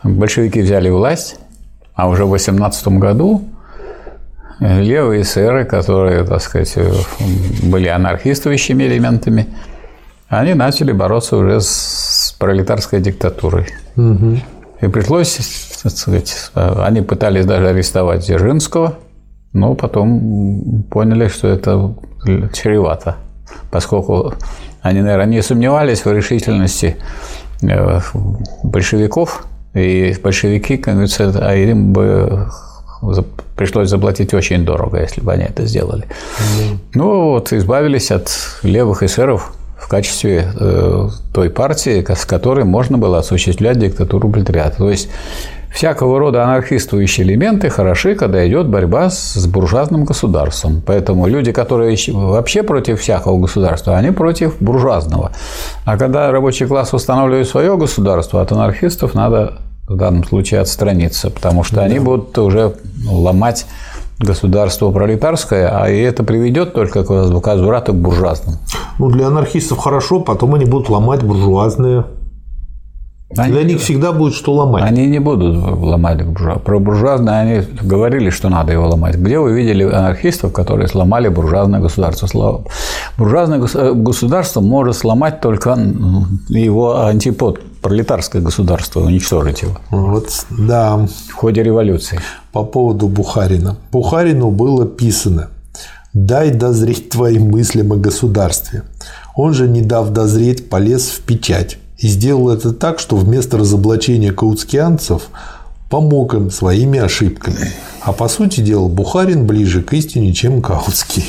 большевики взяли власть, а уже в 18 году левые эсеры, которые, так сказать, были анархистующими элементами, они начали бороться уже с пролетарской диктатурой. Угу. И пришлось, так сказать, они пытались даже арестовать Дзержинского, но потом поняли, что это чревато, поскольку они, наверное, не сомневались в решительности большевиков, и большевики, как говорится, им бы пришлось заплатить очень дорого, если бы они это сделали. Ну вот, избавились от левых эсеров в качестве той партии, с которой можно было осуществлять диктатуру пролетариата. То есть всякого рода анархистующие элементы хороши, когда идет борьба с буржуазным государством. Поэтому люди, которые вообще против всякого государства, они против буржуазного. А когда рабочий класс устанавливает свое государство, от анархистов надо в данном случае отстраниться, потому что они будут уже ломать государство пролетарское, а и это приведет только к возврату к буржуазному. Ну, для анархистов хорошо, потом они будут ломать буржуазные. Для них всегда будет что ломать. Они не будут ломать буржуазное. Про буржуазное они говорили, что надо его ломать. Где вы видели анархистов, которые сломали буржуазное государство? Буржуазное государство может сломать только его антипод, пролетарское государство, уничтожить его. Вот, да. В ходе революции. По поводу Бухарина. Бухарину было писано: «Дай дозреть твоим мыслям о государстве». Он же, не дав дозреть, полез в печать. И сделал это так, что вместо разоблачения каутскианцев помог им своими ошибками. А по сути дела Бухарин ближе к истине, чем Каутский.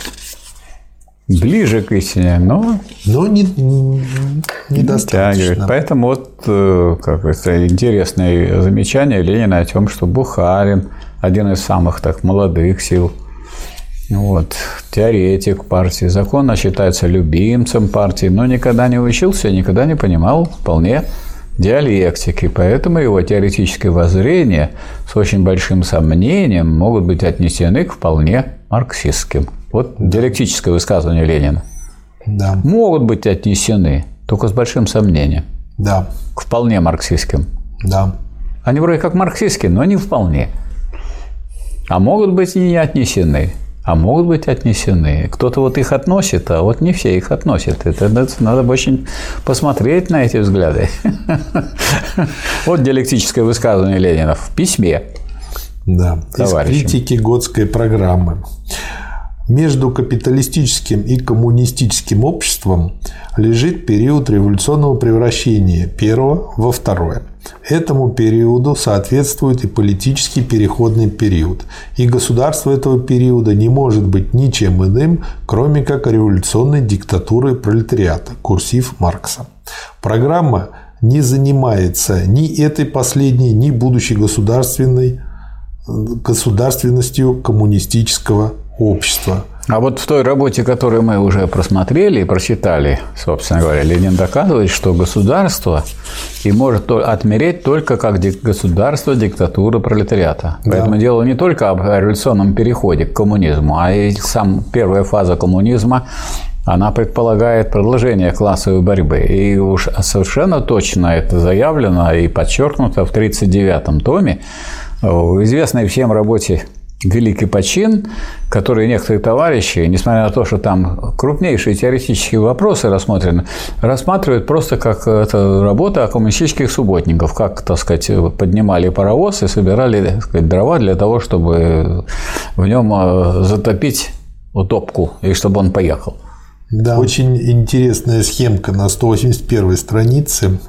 Ближе к истине, но недостаточно. Поэтому вот как это интересное замечание Ленина о том, что Бухарин один из самых так молодых сил. Вот, теоретик партии, законно считается любимцем партии, но никогда не учился, никогда не понимал вполне диалектики. Поэтому его теоретические воззрения с очень большим сомнением могут быть отнесены к вполне марксистским. Вот диалектическое высказывание Ленина. Да. Могут быть отнесены, только с большим сомнением. Да. К вполне марксистским. Да. Они вроде как марксистские, но не вполне. А могут быть и не отнесены. А могут быть отнесены. Кто-то вот их относит, а вот не все их относят. Это надо очень посмотреть на эти взгляды. Вот диалектическое высказывание Ленина в письме. Да. Из критики Готской программы. Между капиталистическим и коммунистическим обществом лежит период революционного превращения первого во второе. Этому периоду соответствует и политический переходный период. И государство этого периода не может быть ничем иным, кроме как революционной диктатурой пролетариата. Курсив Маркса. Программа не занимается ни этой последней, ни будущей государственностью коммунистического общества. А вот в той работе, которую мы уже просмотрели и прочитали, собственно говоря, Ленин доказывает, что государство и может отмереть только как государство диктатуры пролетариата. Да. Поэтому дело не только об революционном переходе к коммунизму, а и первая фаза коммунизма, она предполагает продолжение классовой борьбы. И уж совершенно точно это заявлено и подчеркнуто в 1939 томе в известной всем работе «Великий почин», который некоторые товарищи, несмотря на то, что там крупнейшие теоретические вопросы рассматривают просто как это работа о коммунистических субботников, как, так сказать, поднимали паровоз и собирали, так сказать, дрова для того, чтобы в нем затопить топку и чтобы он поехал. Да, очень интересная схемка на 181 странице.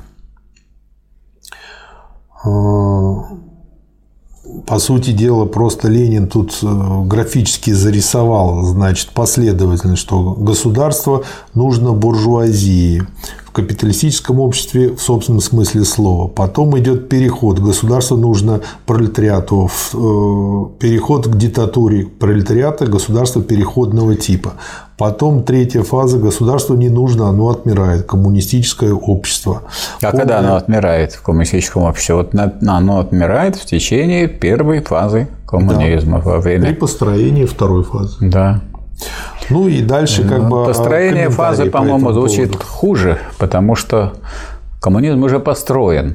По сути дела, просто Ленин тут графически зарисовал, значит, последовательность, что государство нужно буржуазии в капиталистическом обществе в собственном смысле слова. Потом идет переход. Государство нужно пролетариату, переход к диктатуре пролетариата, государство переходного типа. Потом третья фаза. Государство не нужно, оно отмирает. Коммунистическое общество. А когда оно отмирает в коммунистическом обществе? Вот оно отмирает в течение первой фазы коммунизма. Да. Во время... При построении второй фазы. Да. Ну и дальше как бы... Построение фазы, по-моему, звучит хуже, потому что коммунизм уже построен.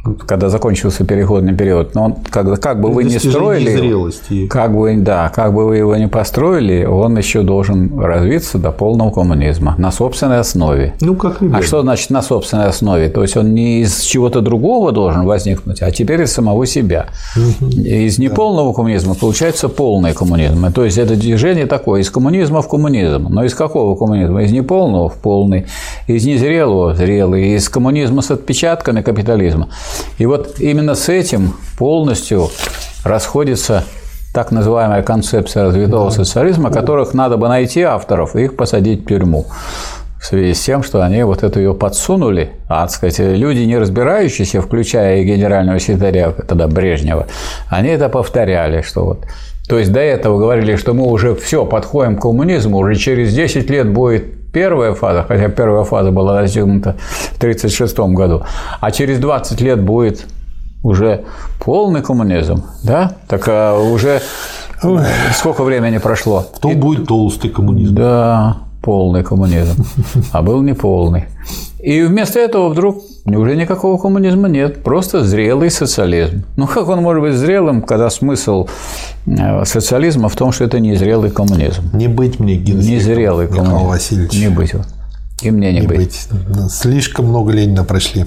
когда закончился переходный период, но он, как бы вы ни строили, как бы вы его не построили, он еще должен развиться до полного коммунизма на собственной основе. Ну, как и А что значит на собственной основе? То есть он не из чего-то другого должен возникнуть, а теперь из самого себя. Из неполного коммунизма получается полный коммунизм. То есть это движение такое, из коммунизма в коммунизм. Но из какого коммунизма? Из неполного в полный, из незрелого в зрелый, из коммунизма с отпечатками капитализма. И вот именно с этим полностью расходится так называемая концепция развитого социализма, которых надо бы найти авторов и их посадить в тюрьму. В связи с тем, что они вот это ее подсунули, так сказать, люди, не разбирающиеся, включая и генерального секретаря тогда Брежнева, они это повторяли, что вот. То есть до этого говорили, что мы уже все подходим к коммунизму, уже через 10 лет будет первая фаза, хотя первая фаза была достигнута в 1936 году, а через 20 лет будет уже полный коммунизм, да? Так уже сколько времени прошло? Потом будет толстый коммунизм. Да, полный коммунизм, а был неполный. И вместо этого вдруг уже никакого коммунизма нет, просто зрелый социализм. Ну, как он может быть зрелым, когда смысл социализма в том, что это не зрелый коммунизм? Не быть мне генсеком, незрелый Михаил коммунизм. Васильевич. Не быть. И мне не быть. Слишком много Ленина прошли.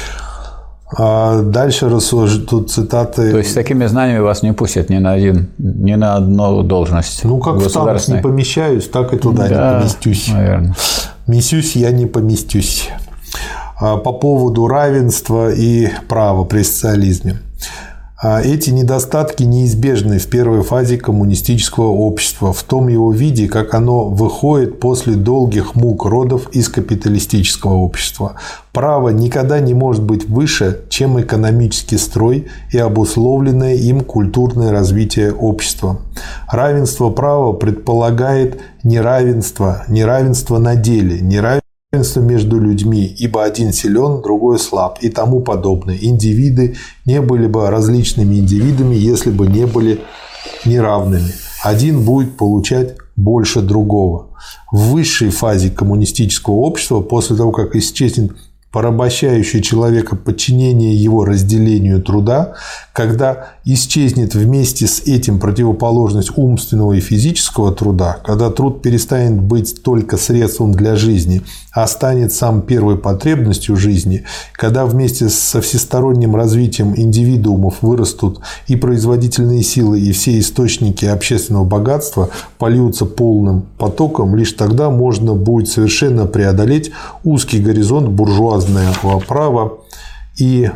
А дальше тут цитаты. То есть с такими знаниями вас не пустят ни на одну должность. Ну, как в танк не помещаюсь, так и туда не поместюсь. Наверное. Месюсь я не поместюсь. По поводу равенства и права при социализме. Эти недостатки неизбежны в первой фазе коммунистического общества, в том его виде, как оно выходит после долгих мук родов из капиталистического общества. Право никогда не может быть выше, чем экономический строй и обусловленное им культурное развитие общества. Равенство права предполагает неравенство на деле, неравенство между людьми, ибо один силен, другой слаб и тому подобное. Индивиды не были бы различными индивидами, если бы не были неравными. Один будет получать больше другого. В высшей фазе коммунистического общества, после того, как исчезнет порабощающее человека подчинение его разделению труда, когда исчезнет вместе с этим противоположность умственного и физического труда, когда труд перестанет быть только средством для жизни, а станет сам первой потребностью жизни, когда вместе со всесторонним развитием индивидуумов вырастут и производительные силы, и все источники общественного богатства польются полным потоком, лишь тогда можно будет совершенно преодолеть узкий горизонт буржуазного права и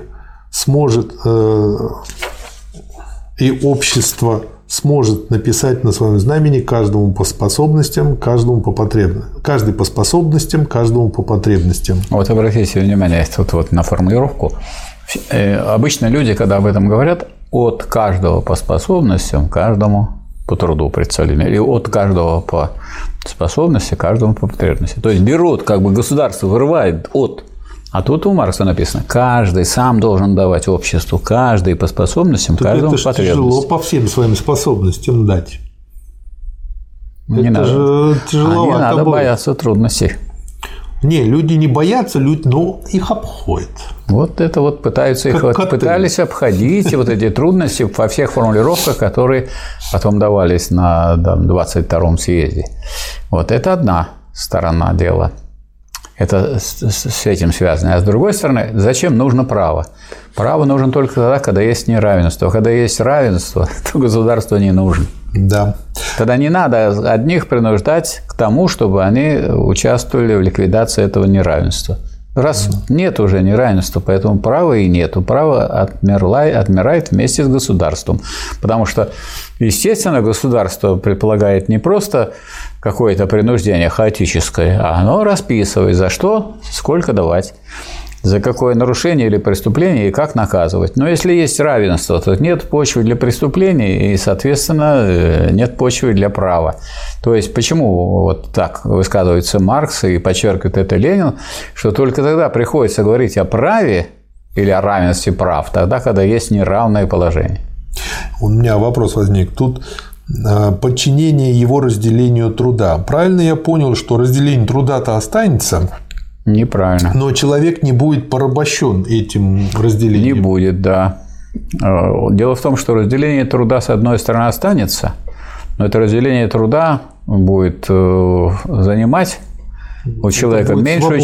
общество сможет написать на своем знамени каждому по способностям, каждому по потребностям. Каждый по способностям, каждому по потребностям. Вот обратите внимание вот на формулировку. Обычно люди, когда об этом говорят, от каждого по способностям, каждому по труду при социализме, или от каждого по способности, каждому по потребности. То есть берут, как бы государство вырывает от. А тут у Маркса написано, каждый сам должен давать обществу, каждый по способностям, так каждому по потребностям. Это же тяжело по всем своим способностям дать. Не это надо. Же тяжеловато. Не надо будет. бояться трудностей. Не, люди не боятся, но их обходят. Вот это вот пытались обходить вот эти трудности во всех формулировках, которые потом давались на 22-м съезде. Вот это одна сторона дела. Это с этим связано. А с другой стороны, зачем нужно право? Право нужно только тогда, когда есть неравенство. Когда есть равенство, то государство не нужно. Да. Тогда не надо одних принуждать к тому, чтобы они участвовали в ликвидации этого неравенства. Раз нет уже неравенства, поэтому права и нету. Право отмирает вместе с государством. Потому что, естественно, государство предполагает не просто какое-то принуждение хаотическое, а оно расписывает, за что, сколько давать, за какое нарушение или преступление и как наказывать. Но если есть равенство, то нет почвы для преступлений и, соответственно, нет почвы для права. То есть, почему вот так высказывается Маркс и подчеркивает это Ленин, что только тогда приходится говорить о праве или о равенстве прав, тогда, когда есть неравное положение. У меня вопрос возник. Тут подчинение его разделению труда. Правильно я понял, что разделение труда-то останется, Неправильно. Но человек не будет порабощен этим разделением. Не будет, да. Дело в том, что разделение труда, с одной стороны, останется, но это разделение труда будет занимать у человека меньшую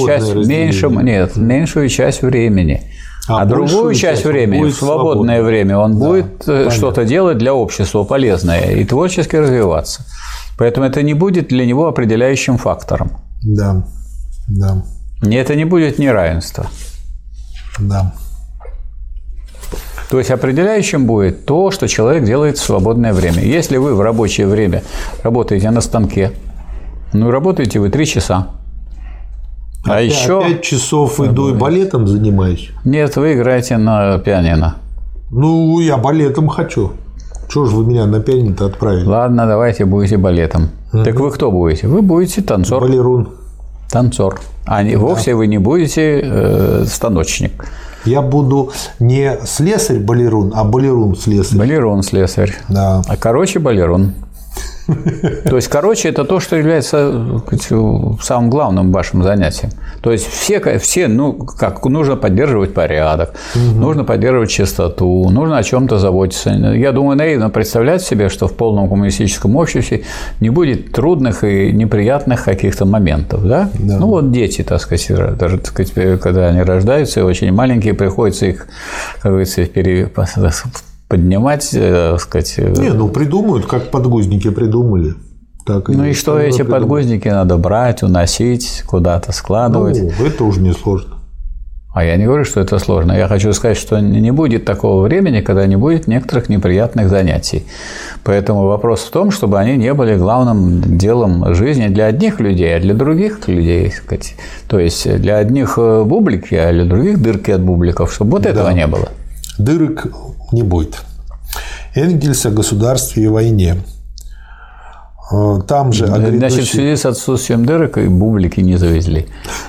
часть времени. А другую часть времени, в свободное время, он будет что-то делать для общества полезное и творчески развиваться. Поэтому это не будет для него определяющим фактором. Да, да. Это не будет неравенства. Да. То есть определяющим будет то, что человек делает в свободное время. Если вы в рабочее время работаете на станке, работаете вы 3 часа. А еще 5 часов иду и балетом занимаюсь? Нет, вы играете на пианино. Я балетом хочу. Чего же вы меня на пианино-то отправили? Ладно, давайте будете балетом. Так вы кто будете? Вы будете танцор. Балерун. Танцор. Вовсе вы не будете станочник. Я буду не слесарь-балерун, а балерун-слесарь. Балерун-слесарь. Да. Балерун. То есть, это то, что является самым главным вашим занятием. То есть, все нужно поддерживать порядок, нужно поддерживать чистоту, нужно о чем-то заботиться. Я думаю, наивно представлять себе, что в полном коммунистическом обществе не будет трудных и неприятных каких-то моментов. Да? Да. Дети, даже когда они рождаются, очень маленькие, приходится их, как говорится, поднимать, придумают, как подгузники придумали. Так и что эти подгузники надо брать, уносить, куда-то складывать? Это уже не сложно. А я не говорю, что это сложно. Я хочу сказать, что не будет такого времени, когда не будет некоторых неприятных занятий. Поэтому вопрос в том, чтобы они не были главным делом жизни для одних людей, а для других людей. То есть для одних бублики, а для других дырки от бубликов, чтобы этого не было. Дырок не будет. Энгельс о государстве и войне. Там же Значит, в связи с отсутствием дырок и бублики не завезли.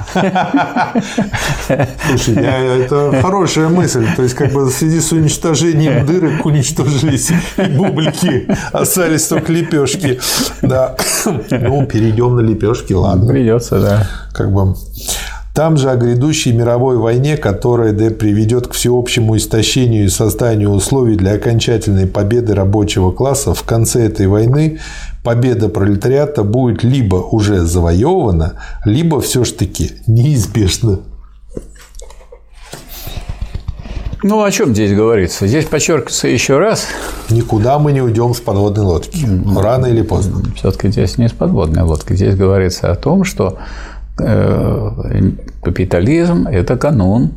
Слушай, это хорошая мысль. То есть, в связи с уничтожением дырок уничтожились бублики, остались только лепешки. Да. Перейдем на лепешки, ладно. Придется, да. Там же о грядущей мировой войне, которая приведет к всеобщему истощению и созданию условий для окончательной победы рабочего класса, в конце этой войны победа пролетариата будет либо уже завоевана, либо все-таки неизбежна. О чем здесь говорится? Здесь подчеркивается еще раз. Никуда мы не уйдем с подводной лодки. Рано или поздно. Все-таки здесь не с подводной лодки. Здесь говорится о том, что капитализм – это канун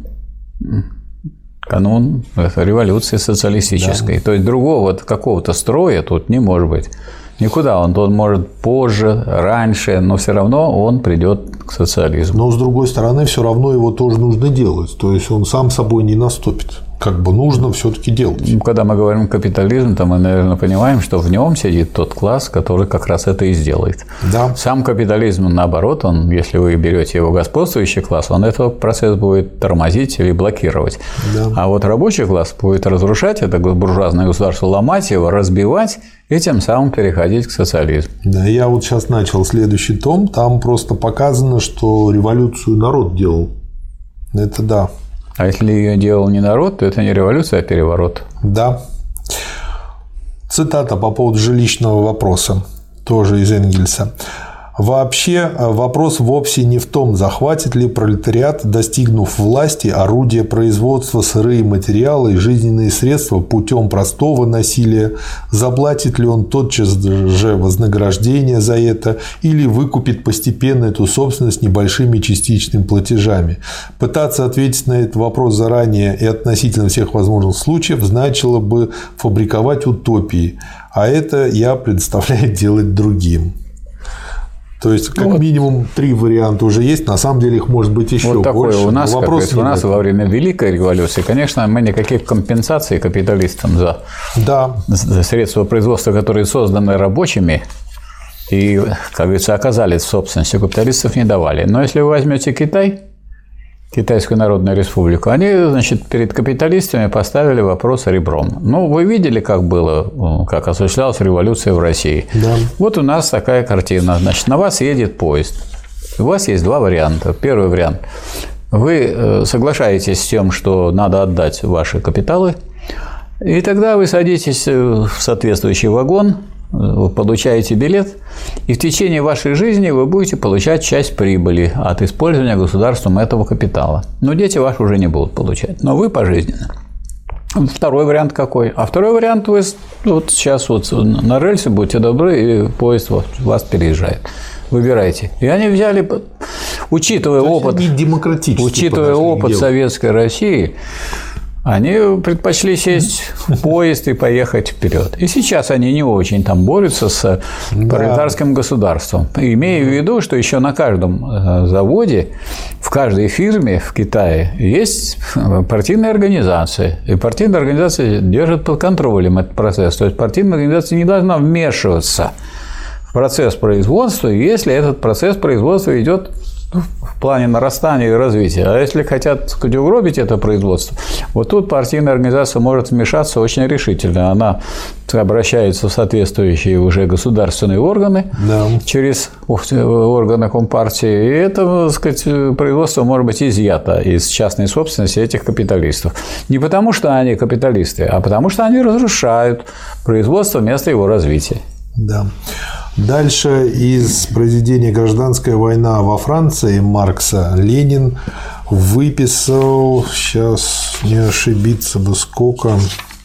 революции социалистической. Да. То есть другого какого-то строя тут не может быть. Никуда он может позже, раньше, но все равно он придет к социализму. Но с другой стороны, все равно его тоже нужно делать. То есть он сам собой не наступит. Нужно все-таки делать. Когда мы говорим капитализм, то мы, наверное, понимаем, что в нем сидит тот класс, который как раз это и сделает. Да. Сам капитализм, наоборот, если вы берете его господствующий класс, он этот процесс будет тормозить или блокировать. Да. А рабочий класс будет разрушать это буржуазное государство, ломать его, разбивать и тем самым переходить к социализму. Да, я сейчас начал следующий том, там просто показано, что революцию народ делал. Это да. А если ее делал не народ, то это не революция, а переворот. Да. Цитата по поводу жилищного вопроса, тоже из Энгельса. Вообще вопрос вовсе не в том, захватит ли пролетариат, достигнув власти, орудия производства, сырые материалы и жизненные средства путем простого насилия, заплатит ли он тотчас же вознаграждение за это или выкупит постепенно эту собственность небольшими частичными платежами. Пытаться ответить на этот вопрос заранее и относительно всех возможных случаев значило бы фабриковать утопии, а это я предоставляю делать другим. То есть, как минимум, 3 варианта уже есть. На самом деле, их может быть еще больше. У нас во время Великой революции, конечно, мы никаких компенсаций капиталистам за средства производства, которые созданы рабочими и, как говорится, оказались в собственности капиталистов, не давали. Но если вы возьмете Китай, Китайскую Народную Республику, они, перед капиталистами поставили вопрос ребром. Вы видели, как было, как осуществлялась революция в России. Да. У нас такая картина. На вас едет поезд. У вас есть два варианта. Первый вариант. Вы соглашаетесь с тем, что надо отдать ваши капиталы, и тогда вы садитесь в соответствующий вагон, вы получаете билет, и в течение вашей жизни вы будете получать часть прибыли от использования государством этого капитала. Но дети ваши уже не будут получать, но вы пожизненно. Второй вариант какой? А второй вариант, вы вот сейчас вот на рельсе, будьте добры, и поезд вас переезжает. Выбирайте. И они взяли, учитывая опыт Советской России, они предпочли сесть в поезд и поехать вперед. И сейчас они не очень там борются с пролетарским государством. Имея в виду, что еще на каждом заводе, в каждой фирме в Китае есть партийная организация. И партийная организация держит под контролем этот процесс. То есть партийная организация не должна вмешиваться в процесс производства, если этот процесс производства идет в плане нарастания и развития. А если хотят, так сказать, угробить это производство, вот тут партийная организация может вмешаться очень решительно. Она обращается в соответствующие уже государственные органы через органы Компартии, и это, так сказать, производство может быть изъято из частной собственности этих капиталистов. Не потому, что они капиталисты, а потому, что они разрушают производство вместо его развития. Да. Дальше из произведения «Гражданская война во Франции» Маркса Ленин выписал, сейчас не ошибиться бы сколько,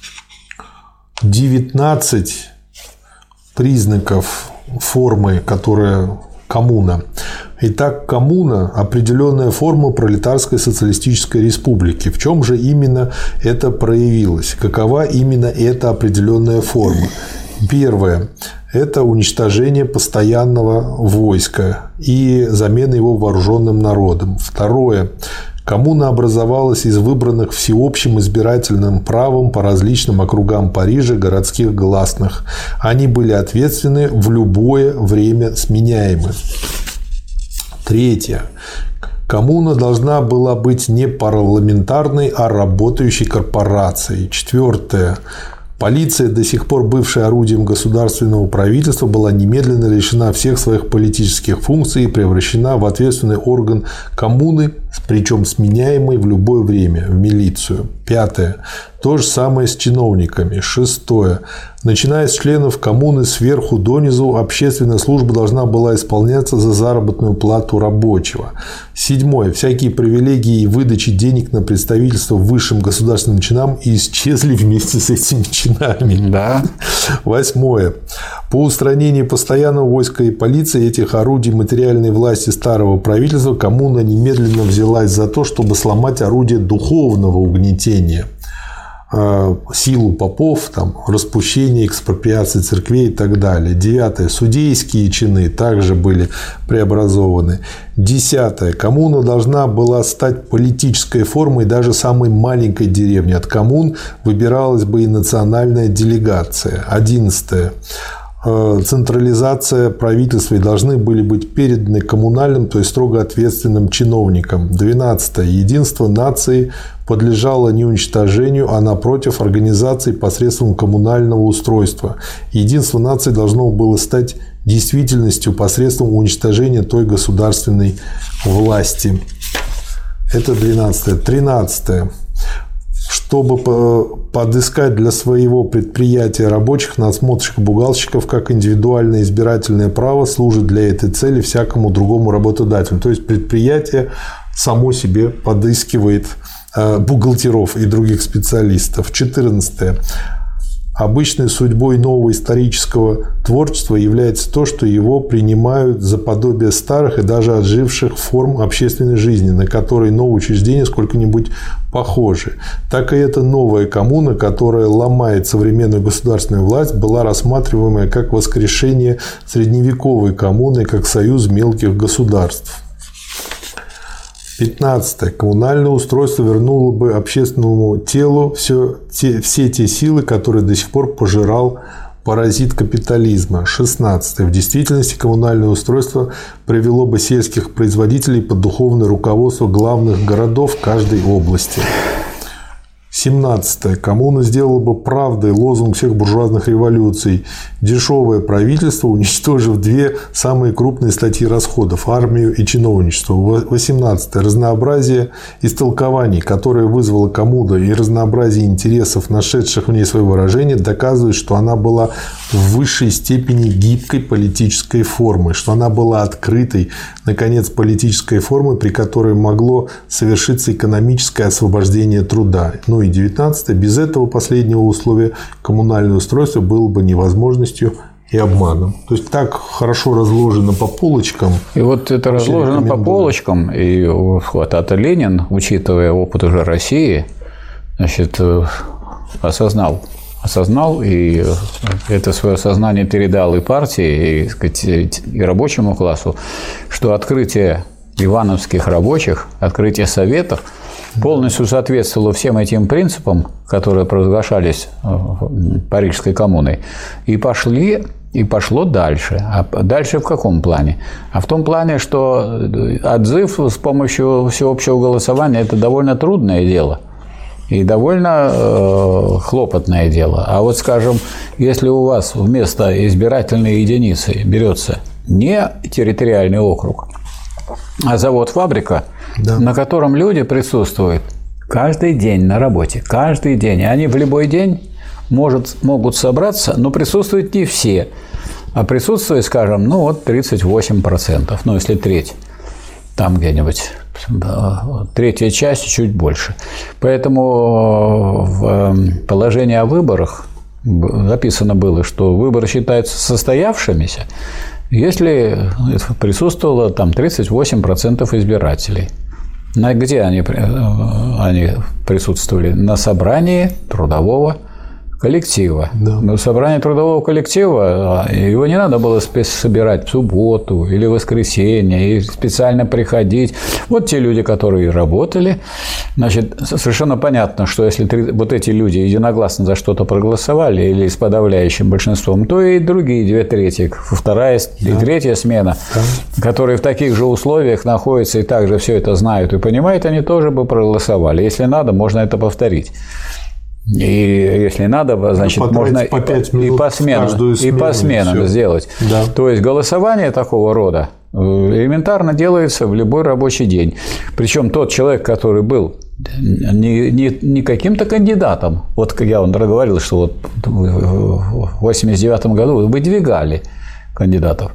19 признаков формы, которая коммуна. Итак, коммуна – определенная форма пролетарской социалистической республики. В чем же именно это проявилось? Какова именно эта определенная форма? Первое – это уничтожение постоянного войска и замена его вооруженным народом. Второе – коммуна образовалась из выбранных всеобщим избирательным правом по различным округам Парижа городских гласных. Они были ответственны в любое время сменяемы. Третье. Коммуна должна была быть не парламентарной, а работающей корпорацией. Четвертое. Полиция, до сих пор бывшая орудием государственного правительства, была немедленно лишена всех своих политических функций и превращена в ответственный орган коммуны, причем сменяемый в любое время, в милицию. Пятое. То же самое с чиновниками. Шестое. Начиная с членов коммуны сверху донизу, общественная служба должна была исполняться за заработную плату рабочего. Седьмое. Всякие привилегии и выдачи денег на представительство высшим государственным чинам исчезли вместе с этими чинами. Да. Восьмое. По устранению постоянного войска и полиции этих орудий материальной власти старого правительства коммуна немедленно взялась за то, чтобы сломать орудие духовного угнетения. Силу попов, там, распущение, экспроприации церквей и так далее. Девятое. Судейские чины также были преобразованы. Десятое. Коммуна должна была стать политической формой даже самой маленькой деревни. От коммун выбиралась бы и национальная делегация. 11. Централизация правительства и должны были быть переданы коммунальным, то есть строго ответственным чиновникам. 12. Единство нации подлежало не уничтожению, а напротив организации посредством коммунального устройства. Единство нации должно было стать действительностью посредством уничтожения той государственной власти. Это 12. 13. Чтобы подыскать для своего предприятия рабочих, надсмотрщиков, бухгалтерщиков, как индивидуальное избирательное право служит для этой цели всякому другому работодателю. То есть предприятие само себе подыскивает бухгалтеров и других специалистов. 14. Обычной судьбой нового исторического творчества является то, что его принимают за подобие старых и даже отживших форм общественной жизни, на которые новые учреждения сколько-нибудь похожи. Так и эта новая коммуна, которая ломает современную государственную власть, была рассматриваема как воскрешение средневековой коммуны, как союз мелких государств. 15. Коммунальное устройство вернуло бы общественному телу все те силы, которые до сих пор пожирал паразит капитализма. 16. В действительности коммунальное устройство привело бы сельских производителей под духовное руководство главных городов каждой области. 17. Коммуна сделала бы правдой лозунг всех буржуазных революций. Дешевое правительство, уничтожив две самые крупные статьи расходов – армию и чиновничество. 18. Разнообразие истолкований, которое вызвало коммуна, и разнообразие интересов, нашедших в ней свое выражение, доказывает, что она была в высшей степени гибкой политической формой, что она была открытой, наконец, политической формой, при которой могло совершиться экономическое освобождение труда. Ну и 19. Без этого последнего условия коммунальное устройство было бы невозможностью и обманом. То есть так хорошо разложено по полочкам. И вот это разложено по полочкам, и вот это Ленин, учитывая опыт уже России, значит, осознал, и это свое сознание передал и партии, и, сказать, и рабочему классу, что открытие ивановских рабочих, открытие советов полностью соответствовало всем этим принципам, которые провозглашались Парижской коммуной, и пошло дальше. А дальше в каком плане? А в том плане, что отзыв с помощью всеобщего голосования – это довольно трудное дело и довольно хлопотное дело. А вот, скажем, если у вас вместо избирательной единицы берется не территориальный округ, а завод-фабрика, да, на котором люди присутствуют каждый день на работе, каждый день. И они в любой день могут собраться, но присутствуют не все. А присутствует, скажем, 38%, если треть, там где-нибудь, третья часть, чуть больше. Поэтому в положении о выборах записано было, что выборы считаются состоявшимися, если присутствовало там 38% избирателей. Где они присутствовали? На собрании трудового коллектива. Да. Но собрание трудового коллектива, его не надо было собирать в субботу или в воскресенье и специально приходить. Вот те люди, которые работали, значит, совершенно понятно, что если вот эти люди единогласно за что-то проголосовали или с подавляющим большинством, то и другие 2/3, вторая и третья смена, которые в таких же условиях находятся и также все это знают и понимают, они тоже бы проголосовали. Если надо, можно это повторить. И если надо, значит, можно и по сменам сделать. Да. То есть голосование такого рода элементарно делается в любой рабочий день. Причем тот человек, который был не каким-то кандидатом, вот как я вам говорил, что вот в 1989 году выдвигали кандидатов.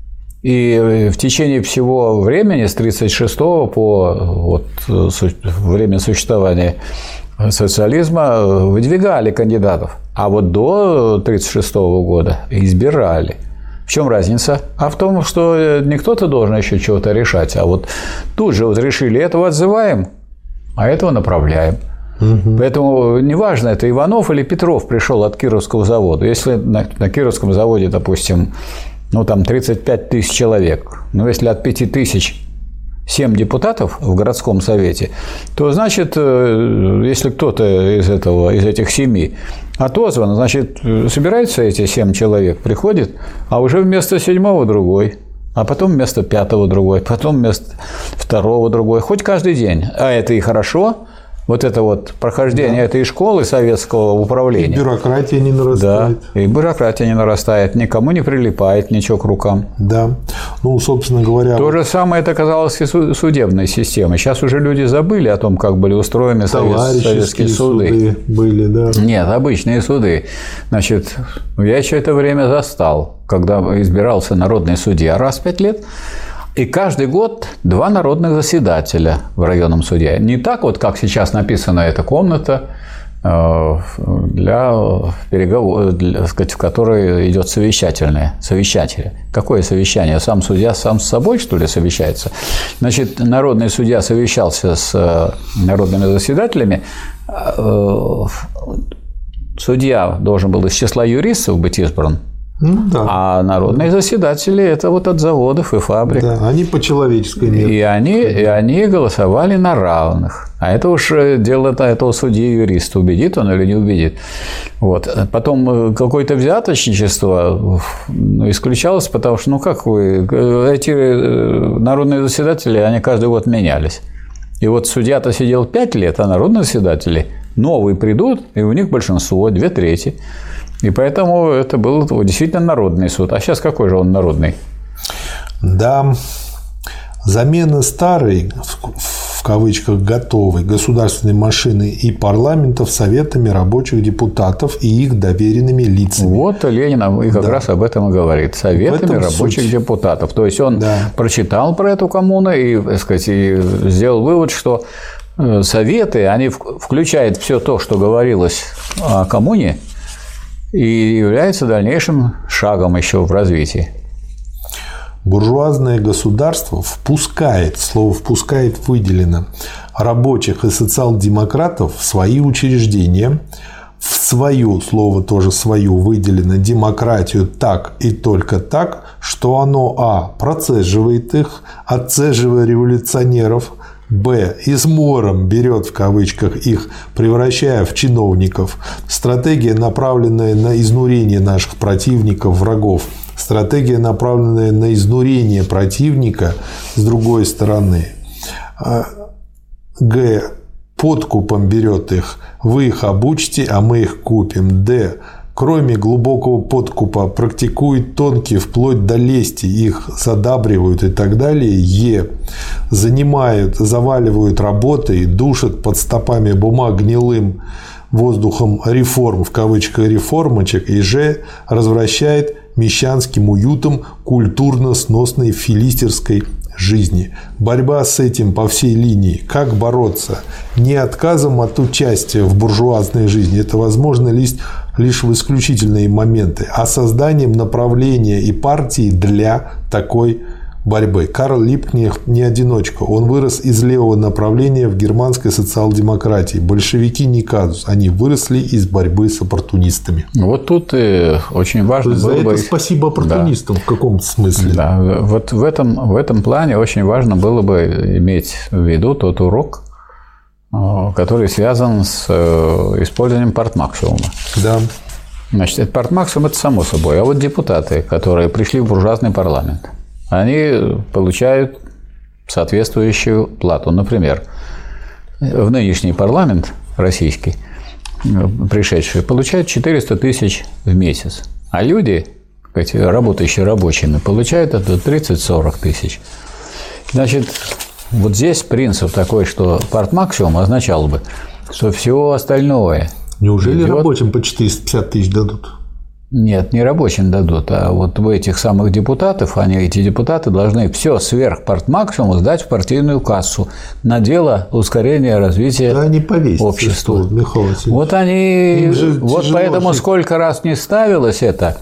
И в течение всего времени, с 1936 по время существования социализма, выдвигали кандидатов, а вот до 1936 года избирали. В чем разница? А в том, что не кто-то должен еще чего-то решать, а вот тут же решили, этого отзываем, а этого направляем. Угу. Поэтому неважно, это Иванов или Петров пришел от Кировского завода. Если на Кировском заводе, допустим, там 35 тысяч человек, если от 5 тысяч 7 депутатов в городском совете, то, значит, если кто-то из этих 7 отозван, значит, собираются эти 7 человек, приходит, а уже вместо 7-го другой, а потом вместо 5-го другой, потом вместо 2-го другой, хоть каждый день. А это и хорошо. Вот это вот прохождение этой школы советского управления. И бюрократия не нарастает. Да, и бюрократия не нарастает, никому не прилипает ничего к рукам. Да. Собственно говоря… То же самое это казалось и судебной системой. Сейчас уже люди забыли о том, как были устроены советские суды. Были, да. Нет, обычные суды. Значит, я еще это время застал, когда избирался народный судья раз в 5 лет. И каждый год 2 народных заседателя в районном суде. Не так вот, как сейчас написана эта комната для переговоров, в которой идет совещатели. Какое совещание? Сам судья сам с собой, что ли, совещается? Значит, народный судья совещался с народными заседателями. Судья должен был из числа юристов быть избран. Да. А народные заседатели – это вот от заводов и фабрик. Да, они по человеческой мере. И они голосовали на равных. А это уж дело этого судьи-юриста, убедит он или не убедит. Вот. Потом какое-то взяточничество исключалось, потому что, эти народные заседатели, они каждый год менялись. И вот судья-то сидел 5 лет, а народные заседатели Новые придут, и у них большинство, 2/3. И поэтому это был действительно народный суд. А сейчас какой же он народный? Да, замена старой, в кавычках, готовой государственной машины и парламентов советами рабочих депутатов и их доверенными лицами. Вот Ленин и как раз об этом и говорит. Советами рабочих депутатов. То есть он прочитал про эту коммуну и, так сказать, и сделал вывод, что советы, они включают все то, что говорилось о коммуне, и являются дальнейшим шагом еще в развитии. Буржуазное государство впускает, слово «впускает» выделено, рабочих и социал-демократов в свои учреждения, в свою, слово тоже «свою» выделено, демократию так и только так, что оно процеживает их, отцеживая революционеров, измором берет, в кавычках, их, превращая в чиновников. Стратегия, направленная на изнурение наших противников, врагов. Стратегия, направленная на изнурение противника с другой стороны. Подкупом берет их. Вы их обучите, а мы их купим. Кроме глубокого подкупа, практикует тонкие вплоть до лести, их задабривают и так далее. Занимают, заваливают работой, душат под стопами бумаг гнилым воздухом реформ, в кавычках реформочек, и развращает мещанским уютом культурно-сносной филистерской жизни. Борьба с этим по всей линии. Как бороться? Не отказом от участия в буржуазной жизни. Это возможно лишь в исключительные моменты, а созданием направления и партии для такой борьбы. Карл Либкнехт не одиночка. Он вырос из левого направления в германской социал-демократии. Большевики не казус. Они выросли из борьбы с оппортунистами. Вот тут очень важно было бы... Спасибо оппортунистам, в каком-то смысле. Да, вот в этом плане очень важно было бы иметь в виду тот урок, который связан с использованием партмаксимума. Да. Значит, этот партмаксимум – это само собой. А вот депутаты, которые пришли в буржуазный парламент, они получают соответствующую плату. Например, в нынешний парламент российский, пришедшие, получают 400 тысяч в месяц. А люди, работающие рабочими, получают это 30-40 тысяч. Значит, вот здесь принцип такой, что партмаксимум означал бы, что все остальное... Неужели рабочим по 450 тысяч дадут? Нет, не рабочим дадут, а вот в этих самых депутатов, эти депутаты должны все сверх партмаксимума сдать в партийную кассу на дело ускорения развития общества. Вот они, вот поэтому сколько раз не ставилось это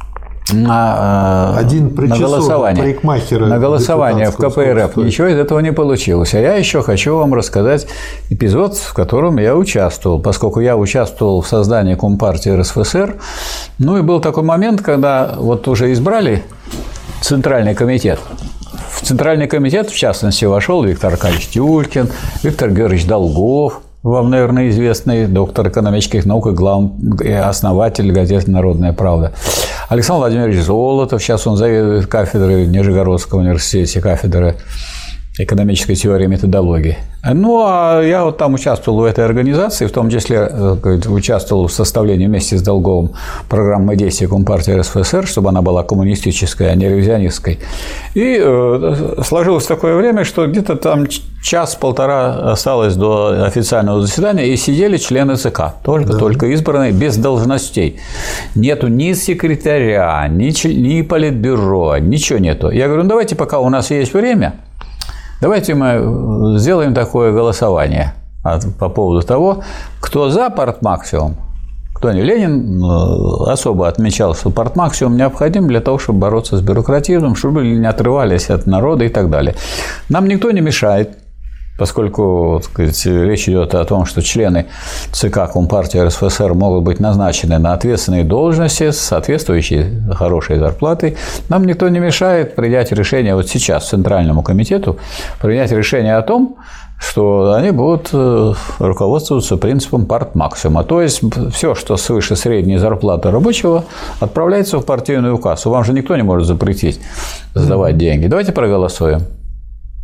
на голосование в КПРФ, ничего из этого не получилось. А я еще хочу вам рассказать эпизод, в котором я участвовал, поскольку я участвовал в создании Компартии РСФСР. Ну и был такой момент, когда вот уже избрали Центральный комитет. В Центральный комитет, в частности, вошел Виктор Аркадьевич Тюлькин, Виктор Георгиевич Долгов, вам, наверное, известный доктор экономических наук и главный основатель газеты «Народная правда». Александр Владимирович Золотов, сейчас он заведует кафедрой в Нижегородском университете, кафедры экономической теории и методологии. Ну, а я вот там участвовал в этой организации, в том числе участвовал в составлении вместе с Долговым программы действий Компартии РСФСР, чтобы она была коммунистической, а не ревизионистской. И сложилось такое время, что где-то там час-полтора осталось до официального заседания, и сидели члены ЦК, только избранные, без должностей. Нету ни секретаря, ни политбюро, ничего нету. Я говорю, ну давайте, пока у нас есть время, давайте мы сделаем такое голосование по поводу того, кто за партмаксимум, кто не. Ленин особо отмечал, что партмаксимум необходим для того, чтобы бороться с бюрократизмом, чтобы не отрывались от народа и так далее. Нам никто не мешает, поскольку, так сказать, речь идет о том, что члены ЦК Компартии РСФСР могут быть назначены на ответственные должности с соответствующей хорошей зарплатой. Нам никто не мешает принять решение вот сейчас Центральному комитету, принять решение о том, что они будут руководствоваться принципом партмаксимума. То есть все, что свыше средней зарплаты рабочего, отправляется в партийную кассу. Вам же никто не может запретить сдавать деньги. Давайте проголосуем.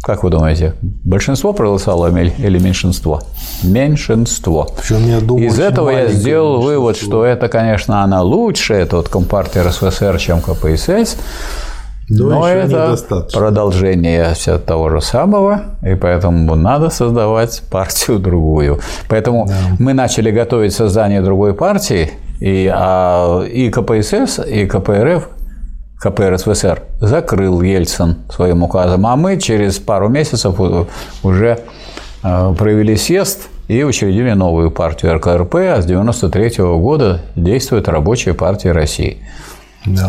Как вы думаете, большинство проголосовало или меньшинство? Меньшинство. Причем, я думаю, из этого я сделал вывод, что это, конечно, она лучше, это вот Компартия РСФСР, чем КПСС, но это продолжение все того же самого, и поэтому надо создавать партию другую. Поэтому мы начали готовить создание другой партии, и КПСС, и КПРФ, КПРСФСР закрыл Ельцин своим указом, а мы через пару месяцев уже провели съезд и учредили новую партию РКРП, а с 1993 года действует Рабочая партия России. Да.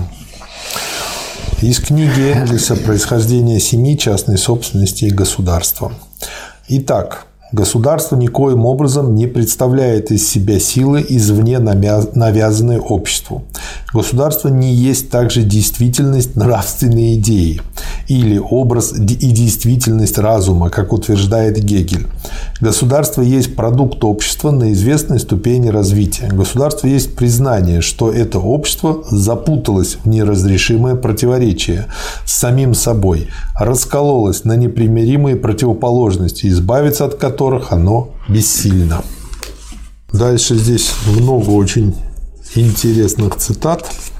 Из книги Энгельса «Происхождение семьи, частной собственности и государства». Итак, государство никоим образом не представляет из себя силы извне навязанной обществу. Государство не есть также действительность нравственной идеи или образ и действительность разума, как утверждает Гегель. Государство есть продукт общества на известной ступени развития. Государство есть признание, что это общество запуталось в неразрешимое противоречие с самим собой, раскололось на непримиримые противоположности, избавиться от которых оно бессильно. Дальше здесь много очень интересных цитат.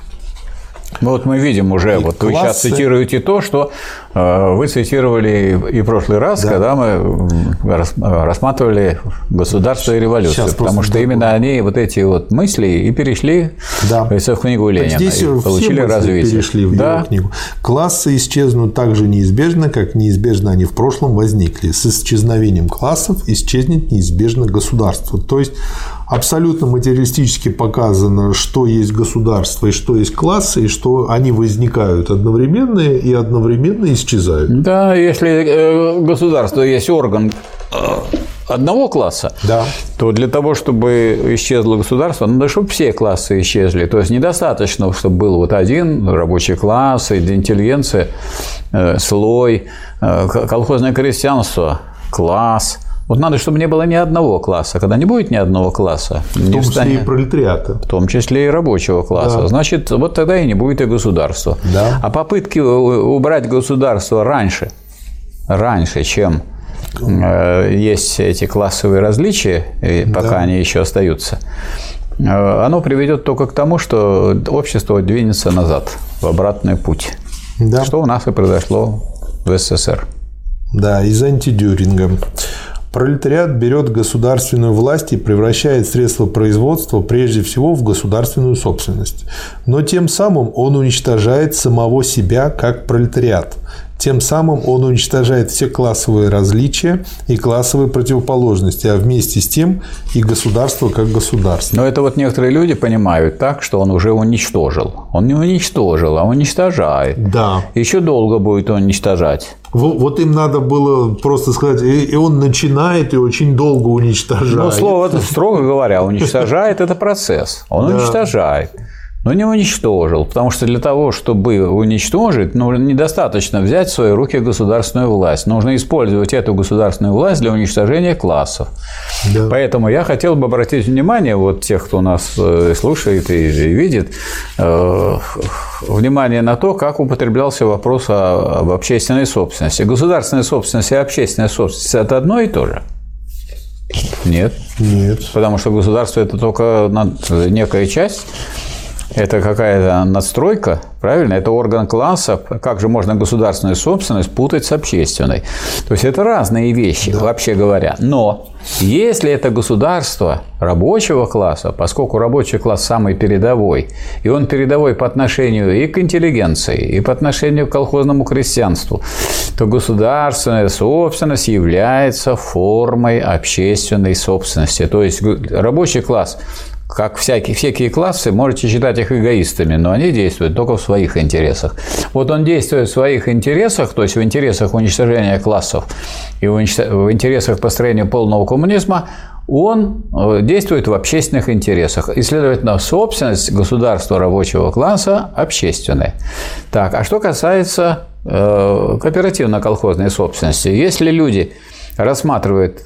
Вот мы видим уже, вот вы сейчас цитируете то, что вы цитировали и в прошлый раз, когда мы рассматривали государство и революцию, сейчас, потому что именно они, вот эти вот мысли, и перешли в книгу Ленина, здесь и получили развитие. Перешли в его книгу. Классы исчезнут так же неизбежно, как неизбежно они в прошлом возникли. С исчезновением классов исчезнет неизбежно государство. То есть абсолютно материалистически показано, что есть государство и что есть классы, и что они возникают одновременно и одновременно исчезают. Да, если государство есть орган одного класса, то для того, чтобы исчезло государство, надо, чтобы все классы исчезли. То есть недостаточно, чтобы был вот один рабочий класс, интеллигенция, слой, колхозное крестьянство, класс. Вот надо, чтобы не было ни одного класса. Когда не будет ни одного класса, в том числе и пролетариата, в том числе и рабочего класса, значит, вот тогда и не будет и государства. А попытки убрать государство раньше, чем есть эти классовые различия, пока они еще остаются, оно приведет только к тому, что общество двинется назад, в обратный путь. Что у нас и произошло в СССР. Да, из антидюринга. Пролетариат берет государственную власть и превращает средства производства прежде всего в государственную собственность. Но тем самым он уничтожает самого себя как пролетариат. Тем самым он уничтожает все классовые различия и классовые противоположности, а вместе с тем и государство как государство. Но это вот некоторые люди понимают так, что он уже уничтожил. Он не уничтожил, а уничтожает. Да. Еще долго будет уничтожать. Вот им надо было просто сказать, и он начинает и очень долго уничтожает. Ну, слово, строго говоря, уничтожает – это процесс. Он уничтожает. Но не уничтожил, потому что для того, чтобы уничтожить, недостаточно взять в свои руки государственную власть. Нужно использовать эту государственную власть для уничтожения классов. Да. Поэтому я хотел бы обратить внимание вот тех, кто нас слушает и видит, внимание на то, как употреблялся вопрос об общественной собственности. Государственная собственность и общественная собственность – это одно и то же? Нет. Потому что государство – это только некая часть. Это какая-то надстройка, правильно? Это орган класса. Как же можно государственную собственность путать с общественной? То есть это разные вещи, вообще говоря. Но если это государство рабочего класса, поскольку рабочий класс самый передовой, и он передовой по отношению и к интеллигенции, и по отношению к колхозному крестьянству, то государственная собственность является формой общественной собственности. То есть рабочий класс, как всякие классы, можете считать их эгоистами, но они действуют только в своих интересах. Вот он действует в своих интересах, то есть в интересах уничтожения классов и в интересах построения полного коммунизма, он действует в общественных интересах. И, следовательно, собственность государства рабочего класса общественная. Так, а что касается кооперативно-колхозной собственности, если люди рассматривают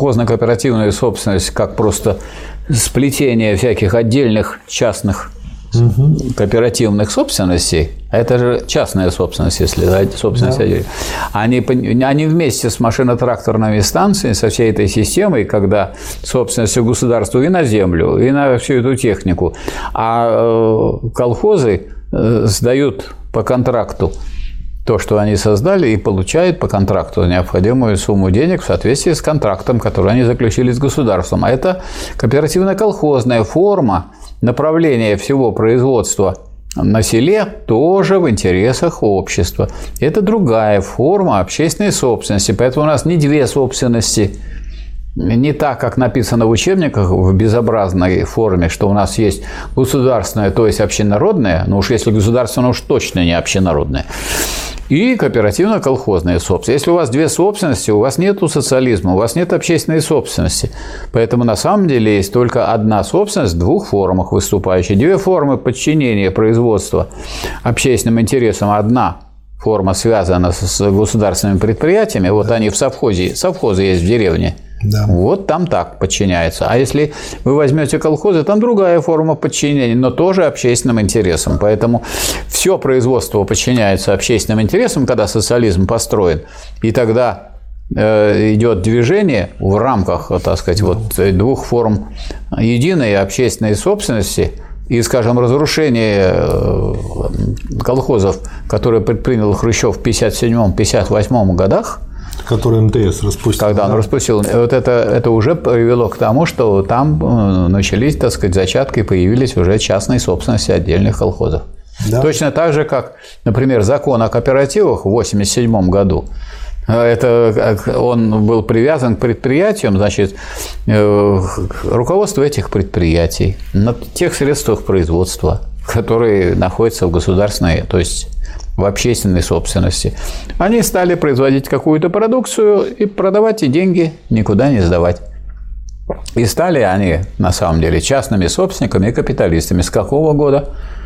колхозно-кооперативную собственность как просто сплетение всяких отдельных частных кооперативных собственностей, а это же частная собственность, если собственность, они вместе с машино-тракторными станциями, со всей этой системой, когда собственность государства и на землю, и на всю эту технику, а колхозы сдают по контракту то, что они создали, и получают по контракту необходимую сумму денег в соответствии с контрактом, который они заключили с государством. А это кооперативно-колхозная форма направления всего производства на селе тоже в интересах общества. Это другая форма общественной собственности. Поэтому у нас не две собственности. Не так, как написано в учебниках в безобразной форме, что у нас есть государственное, то есть общенародное, но уж если государственное, уж точно не общенародное, и кооперативно-колхозная собственность. Если у вас две собственности, у вас нет социализма, у вас нет общественной собственности. Поэтому на самом деле есть только одна собственность в двух формах выступающая. Две формы подчинения производства общественным интересам. Одна форма связана с государственными предприятиями. Вот они в совхозе. Совхозы есть в деревне. Да. Вот там так подчиняется. А если вы возьмете колхозы, там другая форма подчинения, но тоже общественным интересам. Поэтому все производство подчиняется общественным интересам, когда социализм построен. И тогда идет движение в рамках, так сказать, вот двух форм единой общественной собственности. И, скажем, разрушение колхозов, которое предпринял Хрущев в 1957-1958 годах, который МТС распустил. Когда он распустил. Вот это уже привело к тому, что там начались, так сказать, зачатки и появились уже частные собственности отдельных колхозов. Да. Точно так же, как, например, закон о кооперативах в 1987 году. Он был привязан к предприятиям, значит, руководство этих предприятий на тех средствах производства, которые находятся в государственной, то есть в общественной собственности. Они стали производить какую-то продукцию и продавать, и деньги никуда не сдавать. И стали они, на самом деле, частными собственниками и капиталистами. С какого года?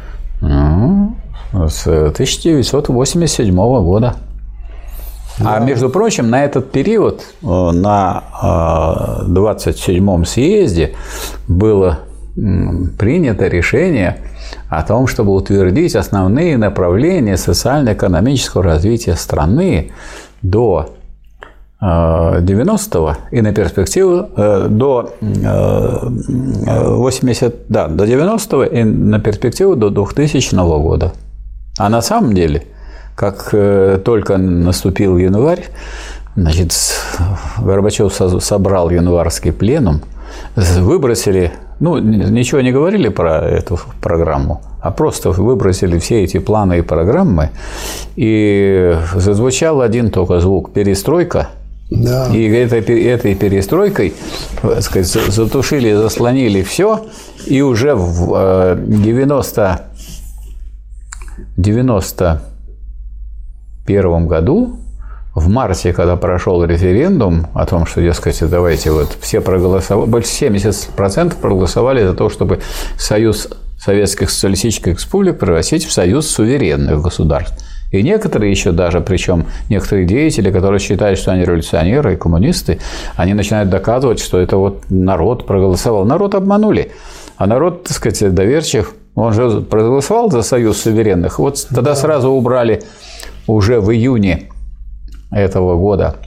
С 1987 года. Да. А между прочим, на этот период, на 27-м съезде было принято решение о том, чтобы утвердить основные направления социально-экономического развития страны до 90-го и на перспективу до 90-го и на перспективу до 2000 года. А на самом деле, как только наступил январь, значит, Горбачев собрал январский пленум, выбросили, ничего не говорили про эту программу, а просто выбросили все эти планы и программы, и зазвучал один только звук – перестройка. Да. И этой перестройкой, так сказать, затушили, заслонили все, и уже в 91 году, в марте, когда прошел референдум о том, что, дескать, давайте все проголосовали, больше 70% проголосовали за то, чтобы Союз Советских Социалистических Республик превратить в союз суверенных государств. И некоторые еще даже, причем некоторые деятели, которые считают, что они революционеры и коммунисты, они начинают доказывать, что это народ проголосовал. Народ обманули. А народ, так сказать, доверчив. Он же проголосовал за союз суверенных. Вот тогда сразу убрали уже в июне этого года,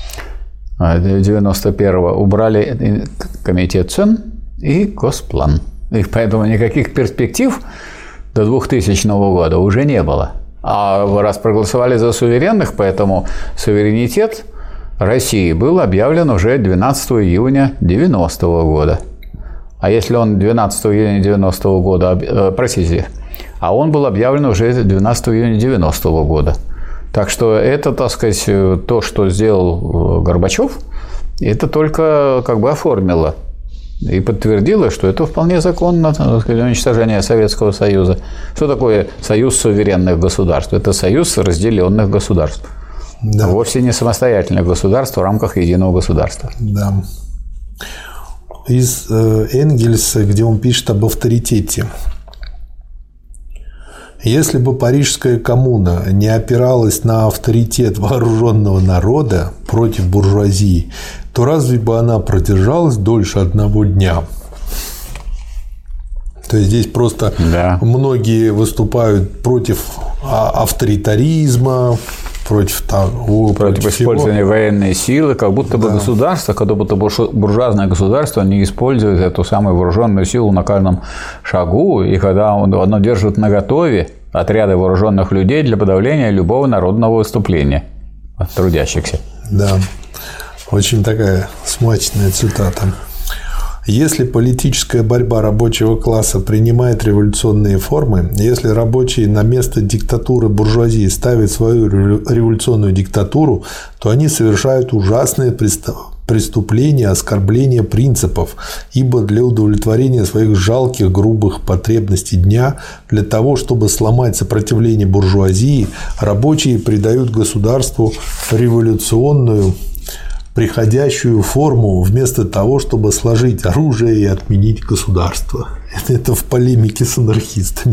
91-го, убрали комитет цен и Госплан. И поэтому никаких перспектив до 2000 года уже не было. А раз проголосовали за суверенных, поэтому суверенитет России был объявлен уже 12 июня 90 года. А если он 12 июня 90 года, а он был объявлен уже 12 июня 90 года. Так что это, так сказать, то, что сделал Горбачев, это только как бы оформило и подтвердило, что это вполне законно, так сказать, уничтожение Советского Союза. Что такое союз суверенных государств? Это союз разделенных государств. Да. Вовсе не самостоятельных государств в рамках единого государства. Да. Из Энгельса, где он пишет об авторитете. Если бы Парижская коммуна не опиралась на авторитет вооруженного народа против буржуазии, то разве бы она продержалась дольше одного дня? То есть здесь просто многие выступают против авторитаризма, против использования военной силы, как будто бы государство, как будто буржуазное государство не использует эту самую вооруженную силу на каждом шагу, и когда оно держит наготове отряды вооруженных людей для подавления любого народного выступления от трудящихся. Да, очень такая смачная цитата. Если политическая борьба рабочего класса принимает революционные формы, если рабочие на место диктатуры буржуазии ставят свою революционную диктатуру, то они совершают ужасные преступления, оскорбления принципов, ибо для удовлетворения своих жалких, грубых потребностей дня, для того, чтобы сломать сопротивление буржуазии, рабочие придают государству революционную приходящую форму вместо того, чтобы сложить оружие и отменить государство. Это в полемике с анархистами.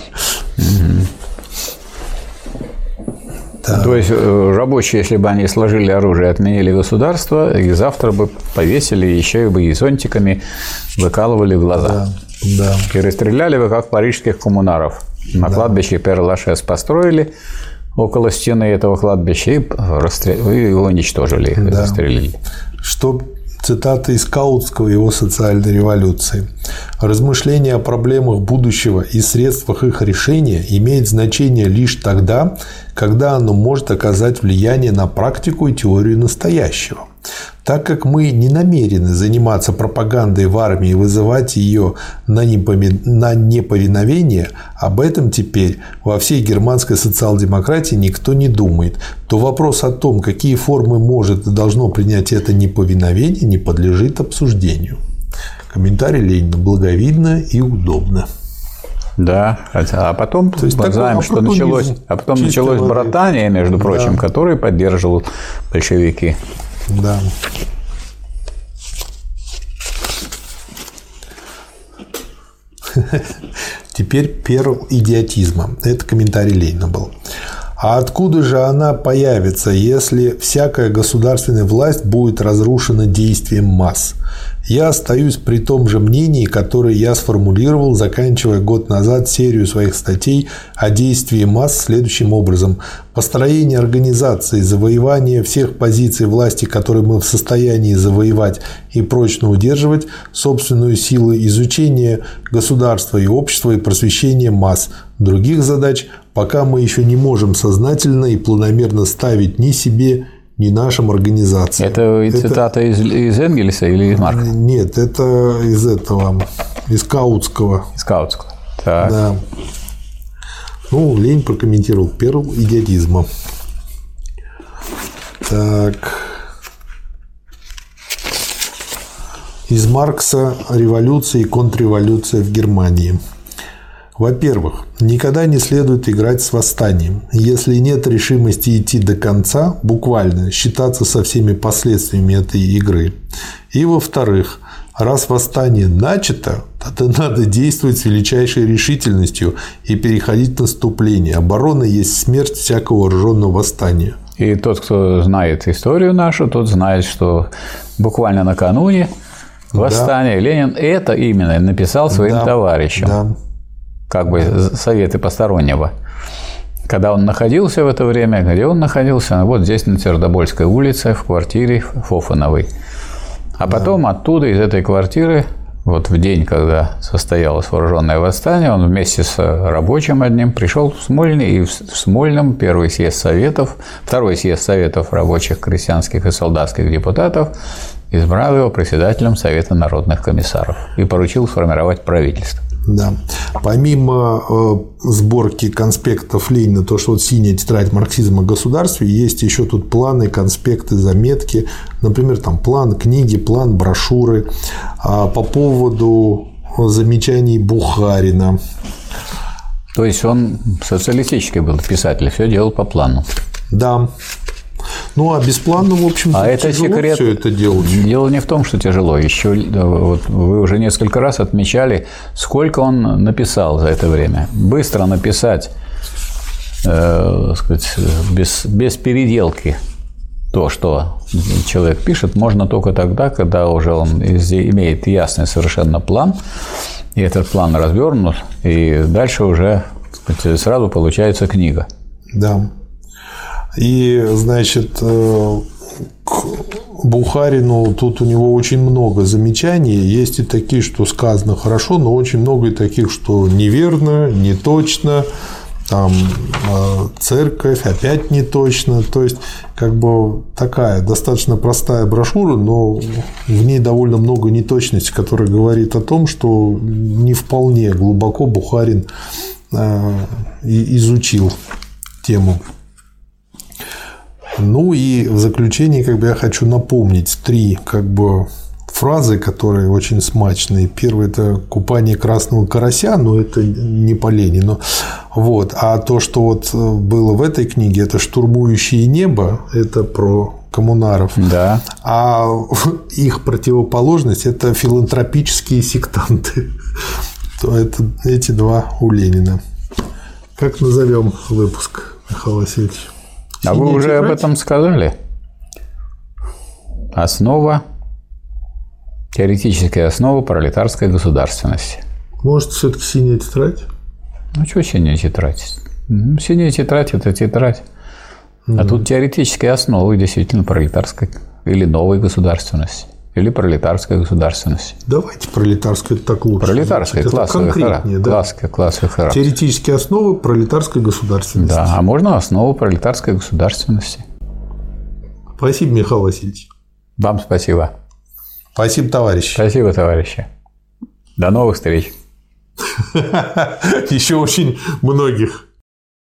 Да. То есть рабочие, если бы они сложили оружие и отменили государство, их завтра бы повесили, еще бы и зонтиками выкалывали в глаза. Да. И расстреляли бы, как парижских коммунаров. На кладбище Пер-Лашез построили около стены этого кладбища и уничтожили их, застрелили. Что цитата из Каутского и его социальной революции. Размышление о проблемах будущего и средствах их решения имеет значение лишь тогда, когда оно может оказать влияние на практику и теорию настоящего. Так как мы не намерены заниматься пропагандой в армии и вызывать ее на неповиновение, об этом теперь во всей германской социал-демократии никто не думает, то вопрос о том, какие формы может и должно принять это неповиновение, не подлежит обсуждению. Комментарий Ленина. Благовидно и удобно. Да, а потом мы знаем, что началось братание, между прочим, которое поддерживал большевики. Да. Теперь перл идиотизма. Это комментарий Ленина был. А откуда же она появится, если всякая государственная власть будет разрушена действием масс? Я остаюсь при том же мнении, которое я сформулировал, заканчивая год назад серию своих статей о действии масс следующим образом. Построение организации, завоевание всех позиций власти, которые мы в состоянии завоевать и прочно удерживать, собственную силу, изучение государства и общества и просвещение масс. Других задач пока мы еще не можем сознательно и планомерно ставить ни себе, ни нашим организациям. Это цитата из Энгельса или из Маркса? Нет, это из Каутского. Из Каутского. Так. Да. Ленин прокомментировал перл идиотизма. Так. Из Маркса «Революция и контрреволюция в Германии». Во-первых, никогда не следует играть с восстанием. Если нет решимости идти до конца, буквально считаться со всеми последствиями этой игры. И во-вторых, раз восстание начато, тогда надо действовать с величайшей решительностью и переходить в наступление. Оборона есть смерть всякого вооруженного восстания. И тот, кто знает историю нашу, тот знает, что буквально накануне восстания Ленин это именно написал своим товарищам. Да. Как бы советы постороннего. Когда он находился в это время, где он находился? Вот здесь, на Твердобольской улице, в квартире Фофановой. А потом оттуда, из этой квартиры, вот в день, когда состоялось вооруженное восстание, он вместе с рабочим одним пришел в Смольный, и в Смольном второй съезд советов рабочих, крестьянских и солдатских депутатов избрал его председателем Совета народных комиссаров и поручил сформировать правительство. Да. Помимо сборки конспектов Ленина, то, что вот синяя тетрадь марксизма в государстве, есть еще тут планы, конспекты, заметки, например, там план книги, план брошюры по поводу замечаний Бухарина. То есть он социалистический был писатель, все делал по плану. Да. А бесплатно, в общем-то, это тяжело секрет. Все это делать. Дело не в том, что тяжело. Еще вот вы уже несколько раз отмечали, сколько он написал за это время. Быстро написать, без переделки то, что человек пишет, можно только тогда, когда уже он имеет ясный совершенно план И этот план развернут, и дальше уже, так сказать, сразу получается книга. Да. И, значит, к Бухарину тут у него очень много замечаний. Есть и такие, что сказано хорошо, но очень много и таких, что неверно, не точно. Там церковь опять не точно. То есть, как бы такая достаточно простая брошюра, но в ней довольно много неточностей, которые говорит о том, что не вполне глубоко Бухарин изучил тему. Ну и в заключение я хочу напомнить 3 фразы, которые очень смачные. Первый – это купание красного карася, но это не по Ленину. Вот. А то, что было в этой книге, это «Штурмующие небо», это про коммунаров. Да. А их противоположность – это филантропические сектанты. Это эти 2 у Ленина. Как назовем выпуск, Михаил Васильевич? А вы уже об этом сказали. Теоретическая основа пролетарской государственности. Может, все-таки синяя тетрадь? Ну, что синяя тетрадь? Синяя тетрадь – это тетрадь. А тут теоретические основы действительно пролетарской или новой государственности. Или пролетарской государственности. Давайте пролетарская, это так лучше. Пролетарская, классовый характер. Да? Классовый характер. Теоретические основы пролетарской государственности. Да, а можно основу пролетарской государственности. Спасибо, Михаил Васильевич. Вам спасибо. Спасибо, товарищи. Спасибо, товарищи. До новых встреч. Еще очень многих.